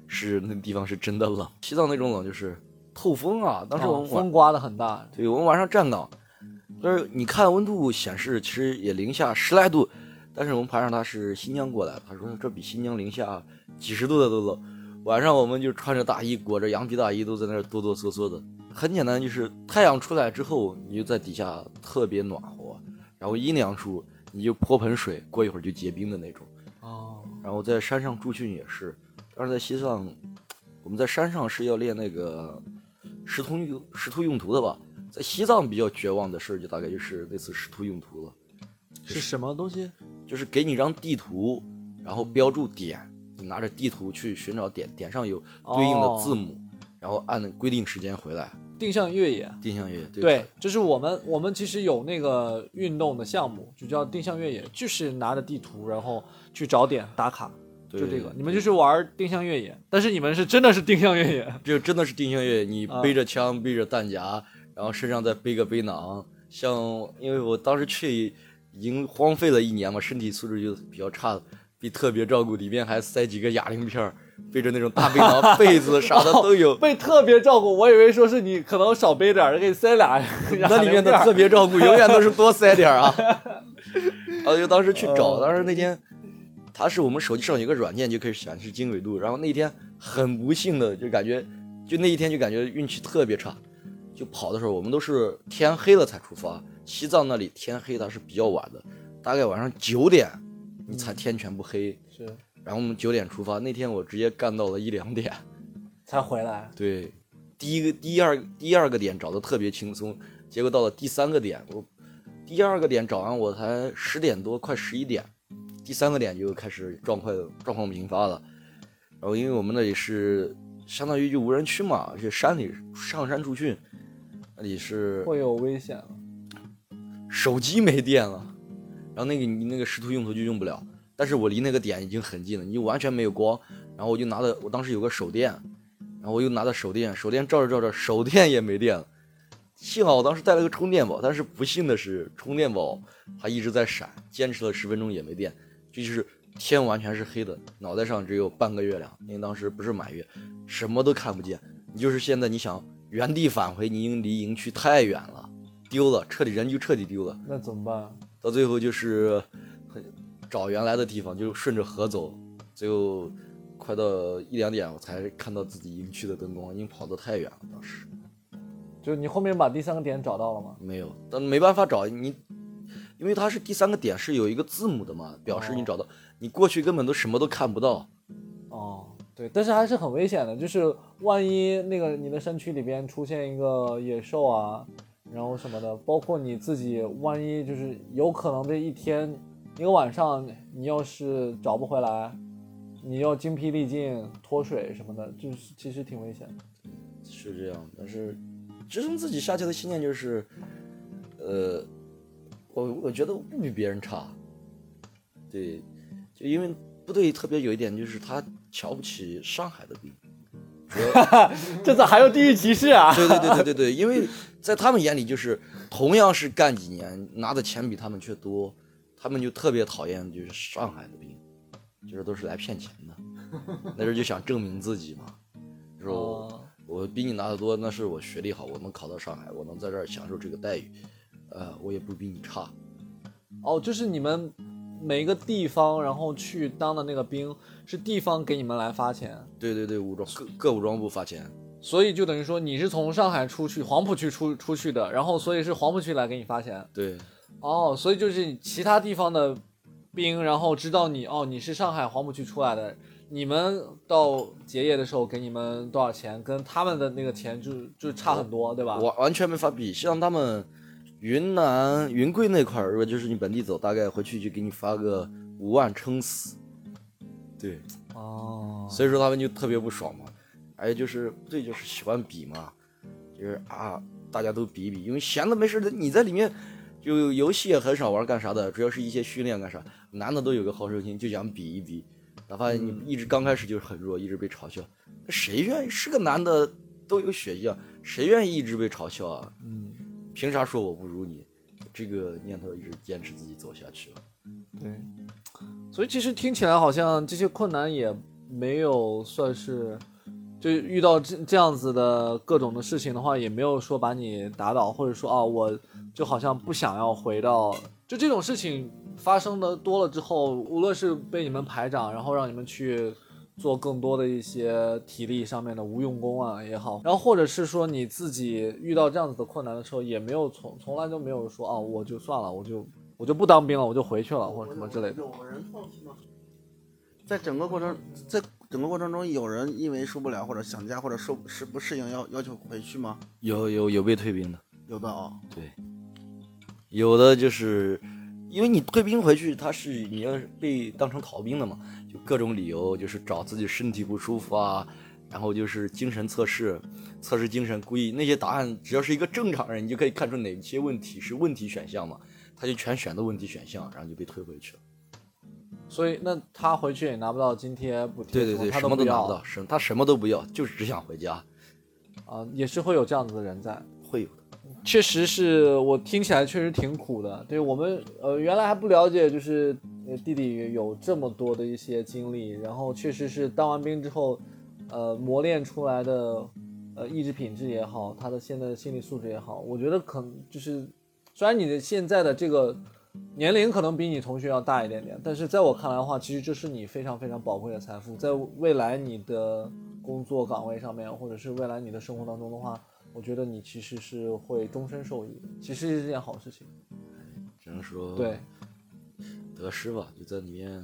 是那地方是真的冷。西藏那种冷就是透风啊，当时我们风刮得很大。 对，我们晚上站岗，就是你看温度显示其实也零下10来度，但是我们排长他是新疆过来，他说这比新疆零下几十度的都冷。晚上我们就穿着大衣，裹着羊皮大衣，都在那儿哆哆嗦嗦的。很简单，就是太阳出来之后，你就在底下特别暖和，然后阴凉处你就泼盆水，过一会儿就结冰的那种。然后在山上驻训也是，当时在西藏，我们在山上是要练那个识图用途的吧。在西藏比较绝望的事就大概就是那次识图用途了。 是什么东西？ 就是给你一张地图，然后标注点，你拿着地图去寻找点，点上有对应的字母，然后按规定时间回来。 定向越野，对，就是我们其实有那个运动的项目，就叫定向越野，就是拿着地图，然后去找点打卡，就这个。你们就是玩定向越野，但是你们是真的是定向越野， 这真的是定向越野，你背着枪，背着弹夹，然后身上再背个背囊。像因为我当时去已经荒废了1年嘛，身体素质就比较差，被特别照顾，里面还塞几个哑铃片，背着那种大背囊、被子啥的都有。 被特别照顾，我以为说是你可能少背点，给你塞俩。 那里面的特别照顾永远都是多塞点啊。就当时去找，当时那天它是我们手机上有个软件就可以显示经纬度，然后那天很不幸的就感觉，就那一天就感觉运气特别差。就跑的时候，我们都是天黑了才出发。西藏那里天黑它是比较晚的，大概晚上9点你才天全部黑。 是。 然后我们9点出发，那天我直接干到了1、2点才回来。 对，第二个点找的特别轻松，结果到了第3个点，我第2个点找完我才10点多，快11点，第3个点就开始状况频发了。然后因为我们那里是相当于就无人区嘛，而且山里上山驻训，那里是会有危险了， 手机没电了，然后你那个识图用途就用不了。但是我离那个点已经很近了，你就完全没有光。然后我当时有个手电，然后我又拿着手电照着，手电也没电了。幸好我当时带了个充电宝，但是不幸的是充电宝它一直在闪，坚持了10分钟也没电，就是天完全是黑的，脑袋上只有半个月亮，因为当时不是满月，什么都看不见。你就是现在你想原地返回，你已经离营区太远了，丢了，人就彻底丢了。 那怎么办？ 到最后就是找原来的地方，就顺着河走，最后快到1、2点我才看到自己营区的灯光，因为跑得太远了。当时就你后面把第3个点找到了吗？ 没有，但没办法找你，因为它是第3个点是有一个字母的嘛，表示你找到，你过去根本都什么都看不到。 对，但是还是很危险的，就是万一那个你的山区里边出现一个野兽啊，然后什么的，包括你自己，万一就是有可能这一个晚上你要是找不回来，你要精疲力尽脱水什么的，就是其实挺危险的。 是这样，但是支撑自己下去的信念就是，我觉得不比别人差。对，就因为部队特别有一点就是他瞧不起上海的兵。 这咋还有地域歧视啊？ 对，因为在他们眼里就是同样是干几年，拿的钱比他们却多。他们就特别讨厌就是上海的兵，就是都是来骗钱的。那时候就想证明自己嘛，说我比你拿的多，那是我学历好，我能考到上海，我能在这儿享受这个待遇，我也不比你差。 就是你们每一个地方，然后去当的那个兵是地方给你们来发钱。 对，各武装部发钱。 所以就等于说你是从上海出去黄浦区出去的，然后所以是黄浦区来给你发钱。 对。 所以就是其他地方的兵，然后知道你是上海黄浦区出来的，你们到结业的时候给你们多少钱，跟他们的那个钱就差很多，对吧？ 完全没法比。像他们云南云贵那块儿，如果就是你本地走，大概回去就给你发个5万撑死。对，所以说他们就特别不爽嘛。还有就是喜欢比嘛，就是大家都比一比，因为闲的没事的，你在里面。就游戏也很少玩，干啥的？主要是一些训练干啥？男的都有个好胜心，就想比一比。哪怕你一直刚开始就是很弱，一直被嘲笑，谁愿意？是个男的都有血性，谁愿意一直被嘲笑啊？凭啥说我不如你？这个念头一直坚持自己走下去了。 对，所以其实听起来好像这些困难也没有算是，就遇到这样子的各种的事情的话，也没有说把你打倒，或者说啊，我就好像不想要回到，就这种事情发生的多了之后，无论是被你们排长，然后让你们去做更多的一些体力上面的无用功啊也好，然后或者是说你自己遇到这样子的困难的时候，也没有从来都没有说啊，我就算了，我就不当兵了，我就回去了或者什么之类的。 有人放弃吗？在整个过程中，有人因为受不了或者想家或者不适应要求回去吗？ 有被退兵的， 有的啊。 对，有的就是因为你退兵回去，你要被当成逃兵的嘛，就各种理由，就是找自己身体不舒服啊，然后就是精神测试精神，故意那些答案只要是一个正常人，你就可以看出哪些问题是问题选项嘛，他就全选的问题选项，然后就被退回去了。 所以那他回去也拿不到津贴补贴， 对， 他什么都拿不到， 到，他什么都不要，就是只想回家。 也是会有这样子的人在， 会有的。 确实是我听起来确实挺苦的。对我们原来还不了解，就是弟弟有这么多的一些经历，然后确实是当完兵之后，磨练出来的意志品质也好，他的现在的心理素质也好，我觉得可能就是虽然你的现在的这个年龄可能比你同学要大一点点，但是在我看来的话，其实这是你非常非常宝贵的财富，在未来你的工作岗位上面，或者是未来你的生活当中的话，我觉得你其实是会终身受益的，其实是件好事情。 只能说对得失吧，就在里面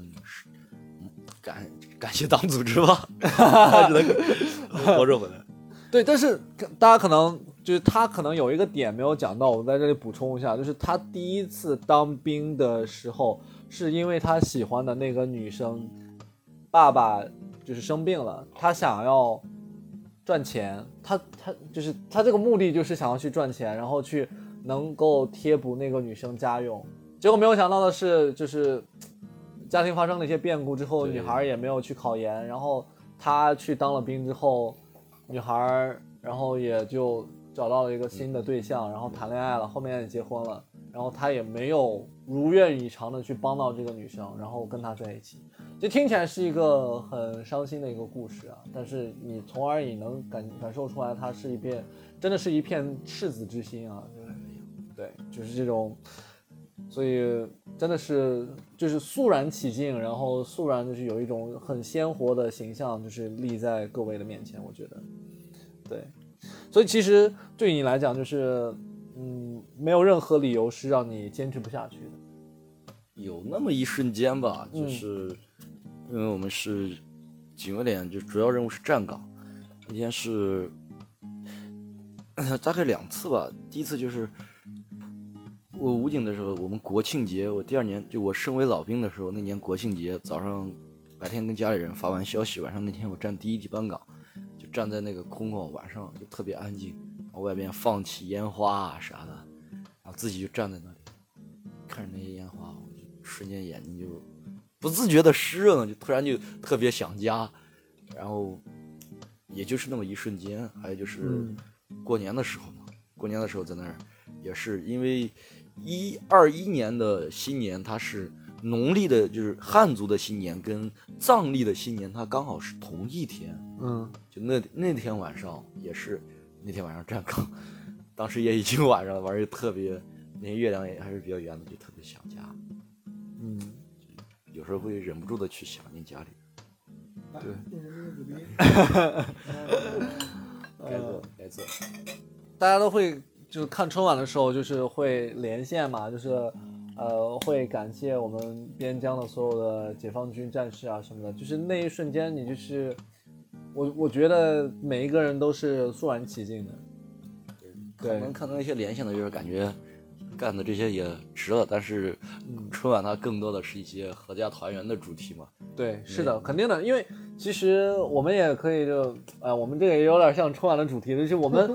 感谢党组织吧，只能活着回来。 对，但是大家可能就是他可能有一个点没有讲到，我在这里补充一下，就是他第一次当兵的时候，是因为他喜欢的那个女生爸爸就是生病了，他想要赚钱，他就是他这个目的就是想要去赚钱，然后去能够贴补那个女生家用。结果没有想到的是，就是家庭发生了一些变故之后，女孩也没有去考研，然后他去当了兵之后，女孩然后也就找到了一个新的对象，然后谈恋爱了，后面也结婚了，然后他也没有如愿以偿的去帮到这个女生，然后跟她在一起。这听起来是一个很伤心的一个故事啊，但是你从而也能感受出来，它是真的是一片赤子之心啊，对，就是这种。所以真的是就是肃然起敬，然后肃然就是有一种很鲜活的形象，就是立在各位的面前，我觉得，对，所以其实对你来讲，就是没有任何理由是让你坚持不下去的。 有那么一瞬间吧，就是因为我们是警卫连，就主要任务是站岗，那天是大概2次吧，第一次就是我武警的时候，我们国庆节，我第2年就我升为老兵的时候，那年国庆节早上白天跟家里人发完消息，晚上那天我站第1梯班岗，就站在那个空旷，晚上就特别安静，然后外边放起烟花啊啥的，然后自己就站在那里看着那些烟花，我就瞬间眼睛就不自觉的湿了，就突然就特别想家，然后也就是那么一瞬间。还有就是过年的时候嘛，过年的时候在那儿也是因为21年的新年，它是农历的，就是汉族的新年跟藏历的新年，它刚好是同一天。就那天晚上也是那天晚上站岗，当时也已经晚上了，玩就特别，那月亮也还是比较圆的，就特别想家。有时候会忍不住的去想念家里。对，该做。 大家都会就是看春晚的时候，就是会连线嘛，就是会感谢我们边疆的所有的解放军战士啊什么的，就是那一瞬间，你就是我觉得每一个人都是肃然起敬的。 可能看到那些连线的，就是感觉干的这些也值了，但是春晚它更多的是一些合家团圆的主题嘛。 对，是的，肯定的，因为其实我们也可以我们这个也有点像春晚的主题，就是我们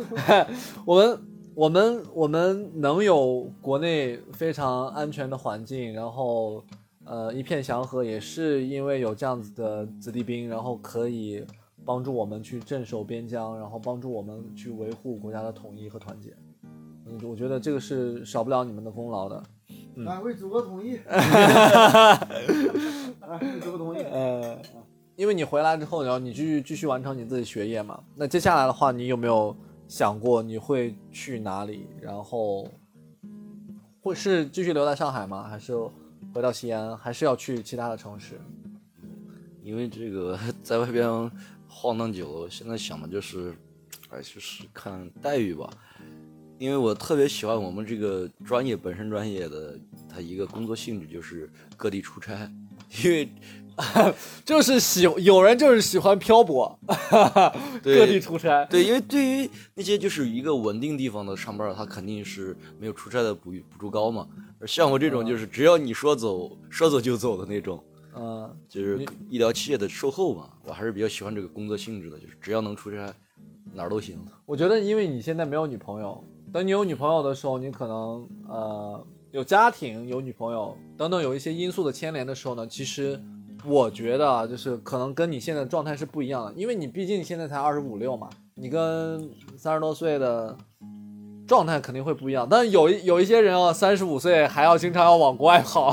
我们能有国内非常安全的环境，然后一片祥和，也是因为有这样子的子弟兵，然后可以帮助我们去镇守边疆，然后帮助我们去维护国家的统一和团结。我觉得这个是少不了你们的功劳的。 为祖国统一。为祖国统一。 因为你回来之后，然后你继续完成你自己学业嘛。那接下来的话，你有没有想过你会去哪里？然后会是继续留在上海吗？还是回到西安？还是要去其他的城市？ 因为这个在外边晃荡久了，现在想的就是，就是看待遇吧。因为我特别喜欢我们这个专业本身专业的，它一个工作性质就是各地出差，因为就是有人就是喜欢漂泊，各地出差。 对，因为对于那些就是一个稳定地方的上班，他肯定是没有出差的补助高嘛。而像我这种就是只要你说走就走的那种，就是医疗企业的售后嘛，我还是比较喜欢这个工作性质的，就是只要能出差，哪儿都行。 我觉得因为你现在没有女朋友，等你有女朋友的时候，你可能有家庭、有女朋友等等有一些因素的牵连的时候呢，其实我觉得就是可能跟你现在的状态是不一样的，因为你毕竟现在才25、26嘛，你跟30多岁的状态肯定会不一样。但有一些人啊，35岁还要经常要往国外跑，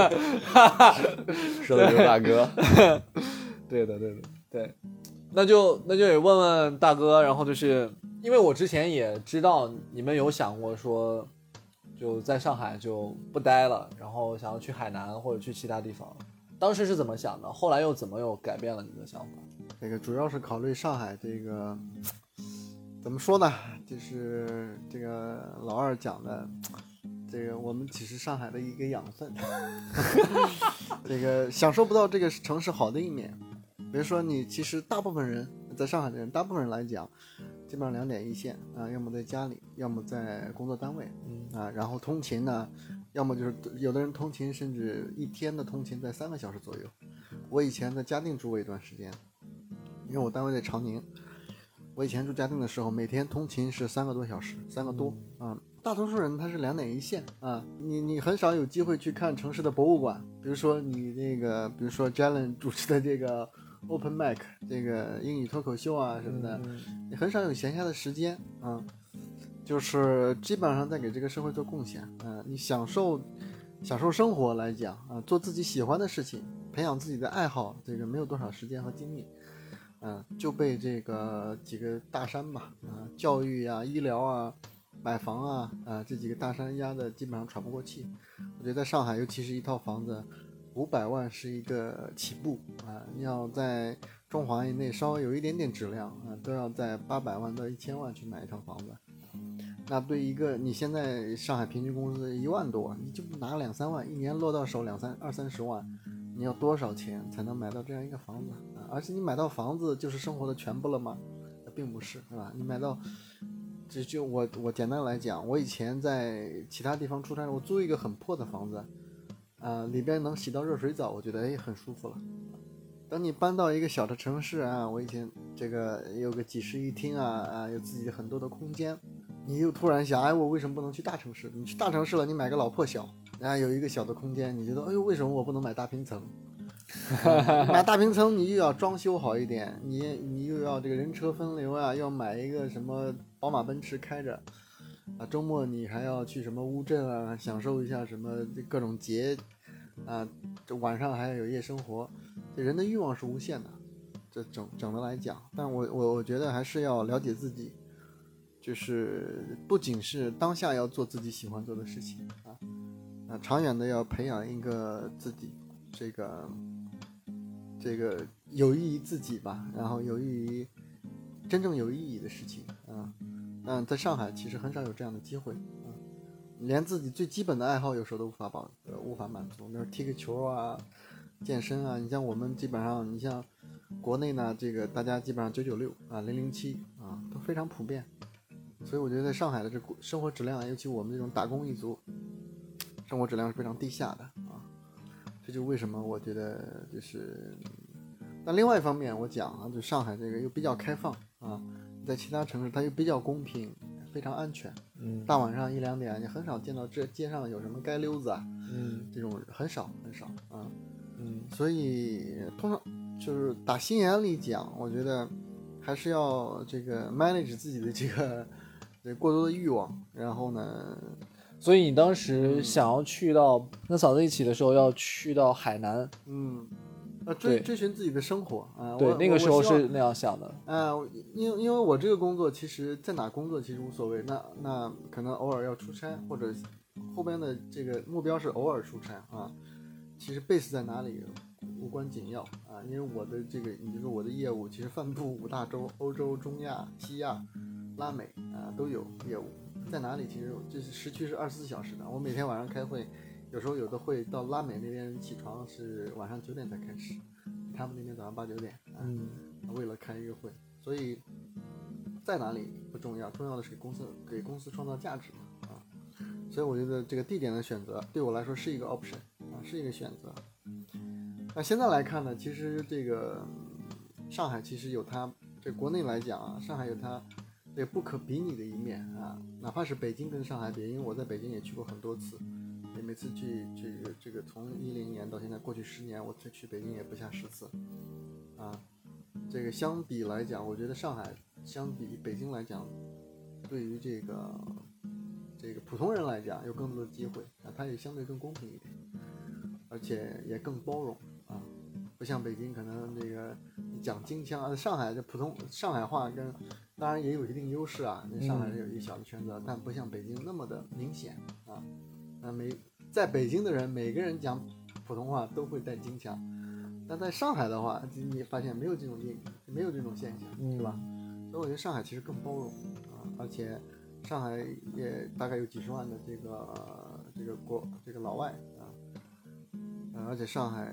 说的是大哥。 对，那就得问问大哥，然后就是因为我之前也知道你们有想过说，就在上海就不待了，然后想要去海南或者去其他地方，当时是怎么想的？后来又怎么又改变了你的想法？ 这个主要是考虑上海这个怎么说呢？就是这个老二讲的，这个我们只是上海的一个养分，这个享受不到这个城市好的一面。比如说你其实大部分人在上海的人，大部分人来讲，基本上2点一线啊，要么在家里，要么在工作单位，然后通勤呢，要么就是有的人通勤甚至一天的通勤在3个小时左右。我以前在嘉定住过一段时间，因为我单位在长宁，我以前住嘉定的时候，每天通勤是3个多小时，3个多啊。大多数人他是2点一线啊，你很少有机会去看城市的博物馆，比如说你那个，比如说 Jalen 主持的这个 Open Mic 这个英语脱口秀啊什么的，你很少有闲暇的时间啊，就是基本上在给这个社会做贡献啊。你享受生活来讲啊，做自己喜欢的事情，培养自己的爱好，这个没有多少时间和精力。就被这个几个大山吧，教育啊、医疗啊、买房啊，这几个大山压得基本上喘不过气。我觉得在上海，尤其是一套房子，500万是一个起步啊，你要在中环以内稍微有一点点质量啊，都要在800万到1000万去买一套房子。那对一个你现在上海平均工资1万多，你就拿2-3万，一年落到手20-30万。你要多少钱才能买到这样一个房子啊？而且你买到房子就是生活的全部了吗？并不是，是吧？你买到，就我简单来讲，我以前在其他地方出差，我租一个很破的房子，里边能洗到热水澡，我觉得很舒服了。等你搬到一个小的城市啊，我以前这个有个几室一厅有自己很多的空间，你又突然想，我为什么不能去大城市？你去大城市了，你买个老破小。有一个小的空间，你觉得为什么我不能买大平层？买大平层你又要装修好一点，你又要这个人车分流要买一个什么宝马奔驰开着周末你还要去什么乌镇享受一下什么各种节这晚上还要有夜生活，这人的欲望是无限的，这整的来讲。但我觉得还是要了解自己，就是不仅是当下要做自己喜欢做的事情长远的要培养一个自己这个有益于自己吧，然后有益于真正有意义的事情但在上海其实很少有这样的机会连自己最基本的爱好有时候都无法满足，比如踢个球健身你像我们基本上，你像国内呢，这个大家基本上996007都非常普遍，所以我觉得在上海的这生活质量，尤其我们这种打工一族，生活质量是非常低下的这就为什么我觉得就是，但另外一方面我讲就上海这个又比较开放在其他城市它又比较公平，非常安全大晚上1-2点你很少见到这街上有什么街溜子这种很少所以通常就是打心眼里讲，我觉得还是要这个 manage 自己的这个过多的欲望，然后呢。 所以你当时想要去到跟嫂子一起的时候，要去到海南， 追寻自己的生活啊。 对，那个时候是那样想的。 因为我这个工作其实在哪工作其实无所谓，那可能偶尔要出差，或者后边的这个目标是偶尔出差啊。其实 base 在哪里无关紧要啊，因为我的这个，你比如说我的业务其实泛布5大洲，欧洲、中亚、西亚、拉美啊都有业务，在哪里其实这是时区是24小时的，我每天晚上开会，有时候有的会到拉美那边起床是晚上9点才开始，他们那边早上8、9点啊，为了开一个会，所以在哪里不重要，重要的是给公司创造价值啊，所以我觉得这个地点的选择对我来说是一个 option 啊，是一个选择。那现在来看呢，其实这个上海其实有它，这国内来讲啊，上海有它这个不可比拟的一面啊，哪怕是北京跟上海比，因为我在北京也去过很多次，也每次去这个从10年到现在过去10年，我去北京也不下10次啊。这个相比来讲，我觉得上海相比北京来讲，对于这个普通人来讲有更多的机会啊，它也相对更公平一点，而且也更包容啊，不像北京可能这个讲京腔啊，上海这普通上海话跟当然也有一定优势啊，那上海有一小的圈子，但不像北京那么的明显啊。在北京的人每个人讲普通话都会带京腔，但在上海的话，你发现没有这种现象，是吧？所以我觉得上海其实更包容啊，而且上海也大概有几十万的这个老外啊，而且上海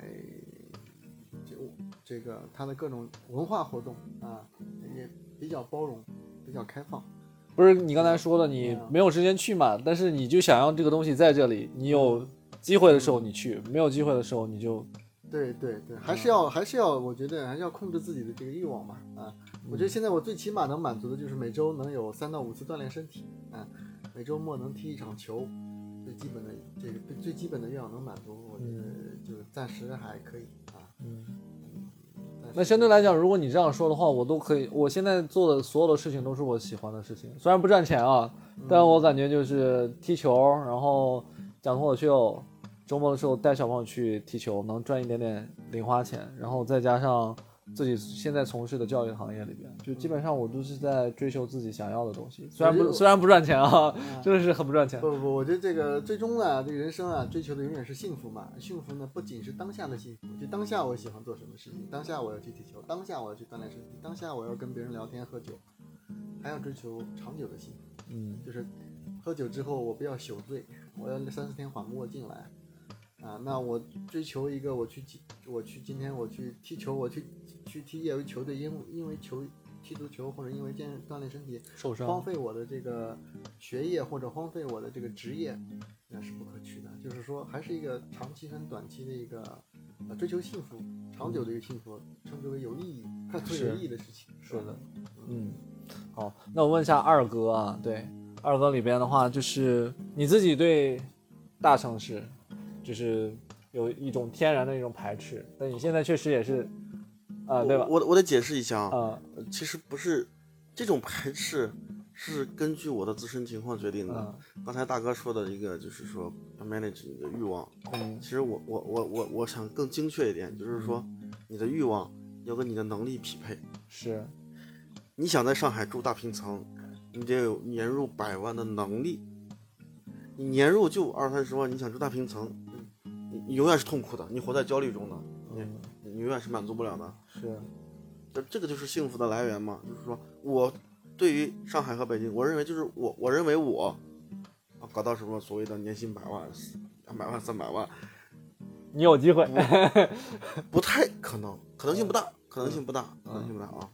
这个它的各种文化活动啊也比较包容，比较开放。 不是你刚才说的，你没有时间去嘛？但是你就想要这个东西在这里，你有机会的时候你去，没有机会的时候你就。 对，还是要，我觉得还是要控制自己的这个欲望嘛啊！我觉得现在我最起码能满足的就是每周能有3到5次锻炼身体啊，每周末能踢一场球，最基本的愿望能满足，我觉得就暂时还可以啊。 那相对来讲，如果你这样说的话，我都可以。我现在做的所有的事情都是我喜欢的事情，虽然不赚钱啊，但我感觉就是踢球，然后讲脱口秀，周末的时候带小朋友去踢球，能赚一点点零花钱，然后再加上自己现在从事的教育行业里边，就基本上我都是在追求自己想要的东西，虽然不赚钱啊，真的是很不赚钱。 不，我觉得这个最终呢，这个人生啊，追求的永远是幸福嘛。幸福呢，不仅是当下的幸福，就当下我喜欢做什么事情，当下我要去踢球，当下我要去锻炼身体，当下我要跟别人聊天喝酒，还要追求长久的幸福。就是喝酒之后我不要宿醉，我要3、4天缓过劲来。啊，那我追求一个，我去今天我去踢球，我去踢业余球队，因为踢足球或者因为锻炼身体受伤， 荒废我的这个学业或者荒废我的这个职业，那是不可取的。就是说，还是一个长期跟短期的一个追求幸福，长久的一个幸福，称之为有意义、最有意义的事情。 是的，好，那我问一下二哥啊，对，二哥里边的话，就是你自己对大城市。就是有一种天然的一种排斥，但你现在确实也是，对吧？ 我得解释一下啊，其实不是这种排斥，是根据我的自身情况决定的。刚才大哥说的一个就是说 manage 你的欲望，其实我想更精确一点，就是说你的欲望要跟你的能力匹配。 是， 你想在上海住大平层，你得有年入100万的能力。你年入就20、30万，你想住大平层，你永远是痛苦的，你活在焦虑中的，你永远是满足不了的。 是， 这个就是幸福的来源嘛。就是说我对于上海和北京，我认为就是我认为我搞到什么所谓的年薪100万、200万、300万， 你有机会， 不太可能，可能性不大啊。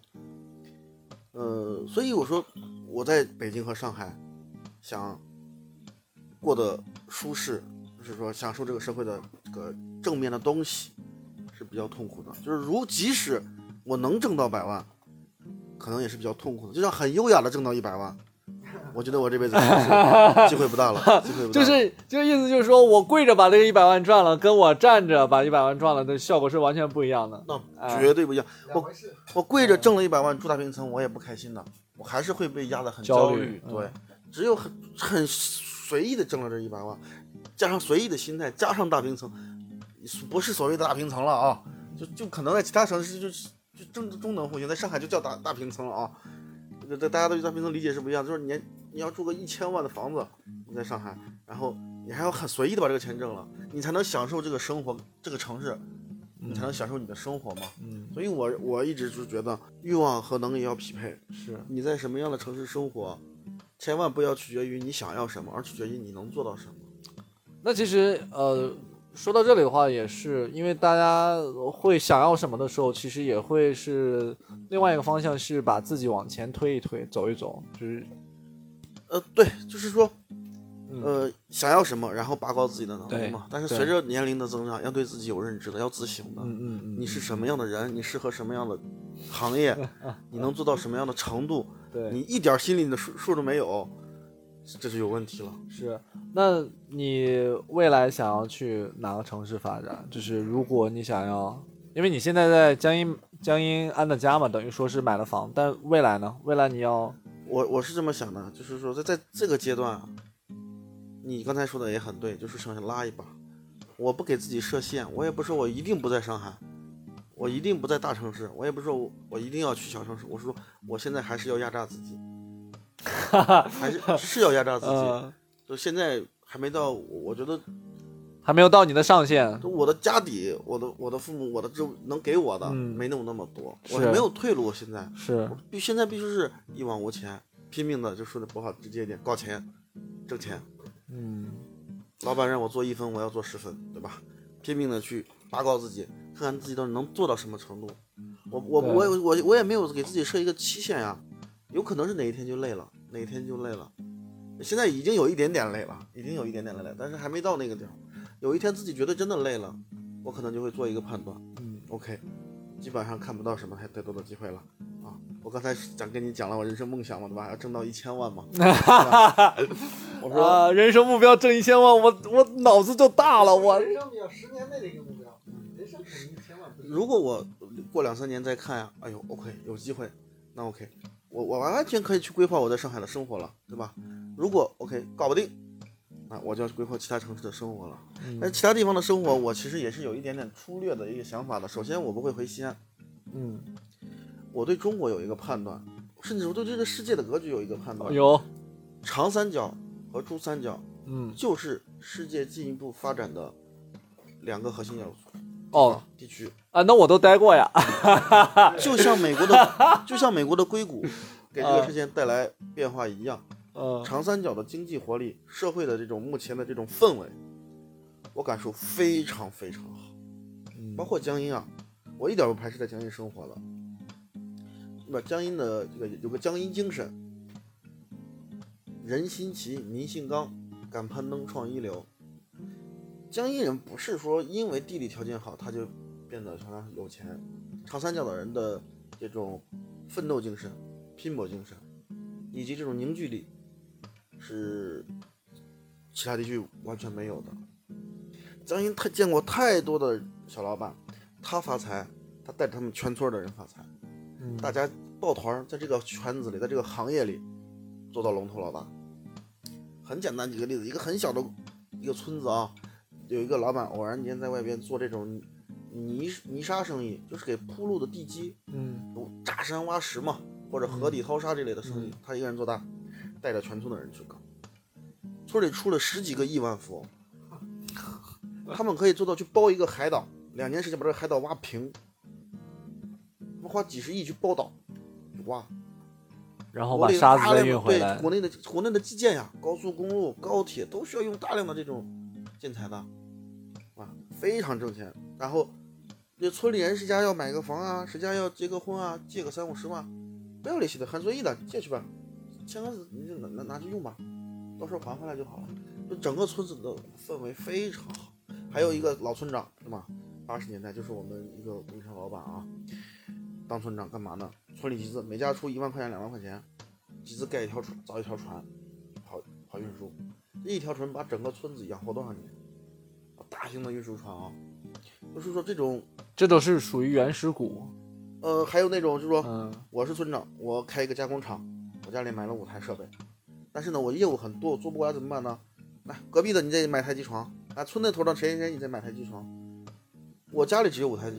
所以我说我在北京和上海想过得舒适，就是说享受这个社会的这个正面的东西是比较痛苦的，就是即使我能挣到100万，可能也是比较痛苦的。就像很优雅的挣到100万，我觉得我这辈子机会不大了， 就是意思就是说我跪着把这个100万赚了，跟我站着把100万赚了的效果是完全不一样的。 那绝对不一样。我跪着挣了100万住大平层，我也不开心的，我还是会被压得很焦虑。对，只有很随意的挣了这100万，加上随意的心态，加上大平层，不是所谓的大平层了啊， 就可能在其他城市就中等户型，在上海就叫大平层了啊。这大家对大平层理解是不一样，就是你要住个1000万的房子，你在上海，然后你还要很随意的把这个钱挣了，你才能享受这个生活，这个城市，你才能享受你的生活嘛。所以我一直就觉得欲望和能力要匹配， 是你在什么样的城市生活，千万不要取决于你想要什么，而取决于你能做到什么。 那其实说到这里的话，也是因为大家会想要什么的时候，其实也会是另外一个方向，是把自己往前推一推，走一走，就是对，就是说想要什么，然后拔高自己的能力嘛。但是随着年龄的增长，要对自己有认知的，要自省的。你是什么样的人，你适合什么样的行业，你能做到什么样的程度，你一点心里的数都没有，这就有问题了。 是，那你未来想要去哪个城市发展？就是如果你想要，因为你现在在江阴安的家嘛，等于说是买了房，但未来呢？未来你要， 我是这么想的，就是说在这个阶段，你刚才说的也很对，就是想拉一把。我不给自己设限，我也不说我一定不在上海，我一定不在大城市，我也不说我一定要去小城市，我说我现在还是要压榨自己。还是要压榨自己，就现在还没到，我觉得还没有到你的上限。 就我的家底，我的父母，我的这能给我的没那么多，我还没有退路。现在现在必须是一往无前，拼命的，就说的不好直接一点，搞钱，挣钱。老板让我做1分，我要做10分，对吧？拼命的去拔高自己，看看自己到底能做到什么程度。我也没有给自己设一个期限呀。有可能是哪一天就累了，现在已经有一点点累了，但是还没到那个点。有一天自己觉得真的累了，我可能就会做一个判断。OK， 基本上看不到什么太多的机会了啊！我刚才跟你讲了我人生梦想嘛，对吧？要挣到1000万嘛。我说人生目标挣1000万，我脑子就大了。我人生比较10年内的一个目标，人生肯定1000万。 如果我过2-3年再看呀，哎呦 OK 有机会，那 OK。我完全可以去规划我在上海的生活了，对吧？如果 OK 搞不定，那我就要去规划其他城市的生活了。但是其他地方的生活，我其实也是有一点点粗略的一个想法的。首先，我不会回西安。我对中国有一个判断，甚至我对这个世界的格局有一个判断。长三角和珠三角，就是世界进一步发展的2个核心要素。地区啊，那我都待过呀。 就像美国的硅谷给这个世界带来变化一样。长三角的经济活力，社会的这种目前的这种氛围，我感受非常非常好。包括江阴啊，我一点不排斥在江阴生活的。那么江阴的这个有个江阴精神，人心齐，民性刚，敢攀登创一流。江阴人不是说因为地理条件好他就变得常常有钱，长三角的人的这种奋斗精神、拼搏精神以及这种凝聚力是其他地区完全没有的。江阴见过太多的小老板，他发财，他带着他们全村的人发财，大家抱团在这个圈子里，在这个行业里做到龙头老大。很简单几个例子，一个很小的一个村子啊，有一个老板偶然间在外边做这种泥沙生意，就是给铺路的地基，炸山挖石嘛，或者河底掏沙这类的生意，他一个人做大，带着全村的人去搞，村里出了10几个亿万富翁，他们可以做到去包一个海岛，2年时间把这个海岛挖平，他们花几十亿去包岛，挖， 然后把沙子再运回来。 对，国内的基建呀，高速公路、高铁都需要用大量的这种建材的，啊，非常挣钱。然后这村里人谁家要买个房啊，谁家要结个婚啊，借个30-50万，不要利息的，很随意的，借去吧，签个字你就拿去用吧，到时候还回来就好了。就整个村子的氛围非常好。还有一个老村长，对吧？80年代就是我们一个工厂老板啊，当村长干嘛呢？村里集资，每家出1万块钱、2万块钱，集资盖造一条船，跑运输。这一条船把整个村子养活多少年？大型的运输船啊，就是说这都是属于原始股。 还有那种就是说，我是村长，我开一个加工厂，我家里买了5台设备，但是呢，我业务很多，我做不过来怎么办呢？来，隔壁的你再买台机床，村那头的谁你再买台机床。我家里只有5台机床，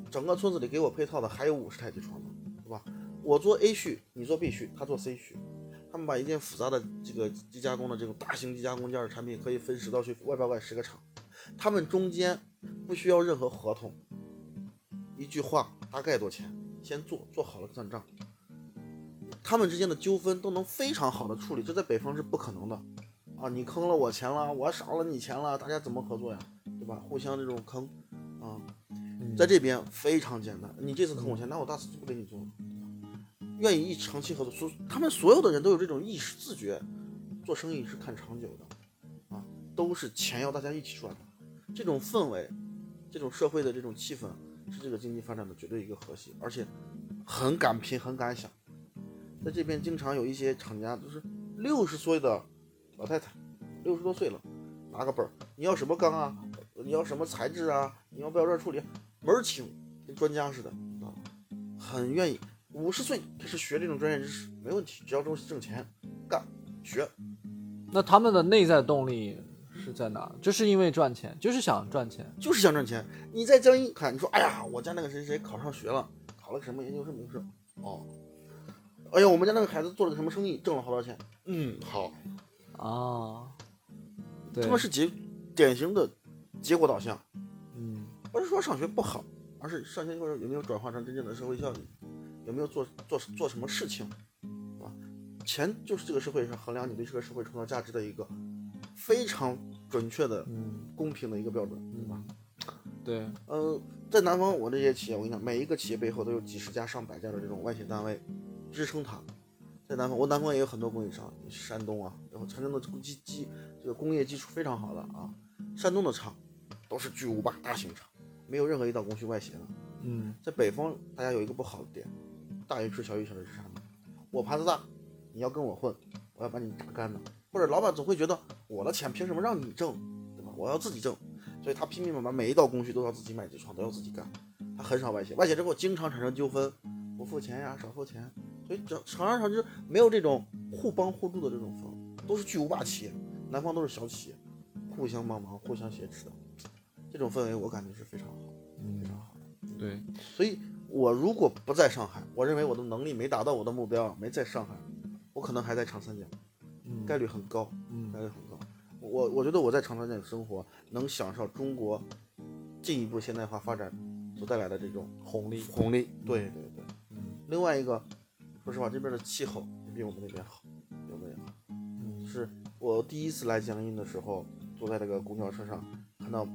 整个村子里给我配套的还有50台机床呢，对吧？我做 A 序，你做 B 序，他做 C 序。他们把一件复杂的这个机加工的这种大型机加工件的产品可以分10道去外10个厂，他们中间不需要任何合同，一句话大概多钱，先做好了算账。他们之间的纠纷都能非常好的处理，这在北方是不可能的啊！你坑了我钱了，我少了你钱了，大家怎么合作呀？对吧？互相这种坑啊，在这边非常简单，你这次坑我钱，那我大次就不给你做了。愿意长期合作，他们所有的人都有这种意识自觉，做生意是看长久的啊，都是钱要大家一起赚的。这种氛围，这种社会的这种气氛，是这个经济发展的绝对一个核心，而且很敢拼，很敢想。在这边经常有一些厂家就是60岁的老太太，60多岁了，拿个本儿，你要什么钢啊，你要什么材质啊，你要不要这处理，门儿清，跟专家似的，很愿意。50岁开始学这种专业知识没问题，只要挣钱干学。 那他们的内在动力是在哪？就是因为赚钱，就是想赚钱， 就是想赚钱。你在江阴看，你说哎呀，我家那个谁谁考上学了，考了个什么研究生没事哦。哎呀，我们家那个孩子做了个什么生意，挣了好多钱。好啊，对， 他们是典型的结果导向。不是说上学不好，而是上学有没有转化成真正的社会效益，有没有做什么事情，啊？钱就是这个社会上衡量你对这个社会创造价值的一个非常准确的、公平的一个标准，对吧？ 对， 在南方，我这些企业，我跟你讲，每一个企业背后都有几十家、上百家的这种外协单位支撑它。在南方，我南方也有很多供应商，山东啊，然后山东的这个工业基础非常好的啊，山东的厂都是巨无霸大型厂，没有任何一道工序外协的。在北方，大家有一个不好的点，大鱼吃小鱼小的是啥呢？我盘子大，你要跟我混，我要把你榨干的，或者老板总会觉得我的钱凭什么让你挣，对吧？我要自己挣，所以他拼命的把每一道工序都要自己买机床，都要自己干，他很少外协。外协之后经常产生纠纷，不付钱呀，少付钱，所以常常就没有这种互帮互助的这种风，都是巨无霸企业，南方都是小企业，互相帮忙、互相挟持的，这种氛围我感觉是非常好，非常好。 对， 所以我如果不在上海，我认为我的能力没达到我的目标，没在上海，我可能还在长三角，概率很高，概率很高。我觉得我在长三角生活，能享受中国进一步现代化发展所带来的这种红利。 对对对。另外一个，说实话，这边的气候也比我们那边好，比我们那边好。是我第一次来江阴的时候，坐在那个公交车上，看到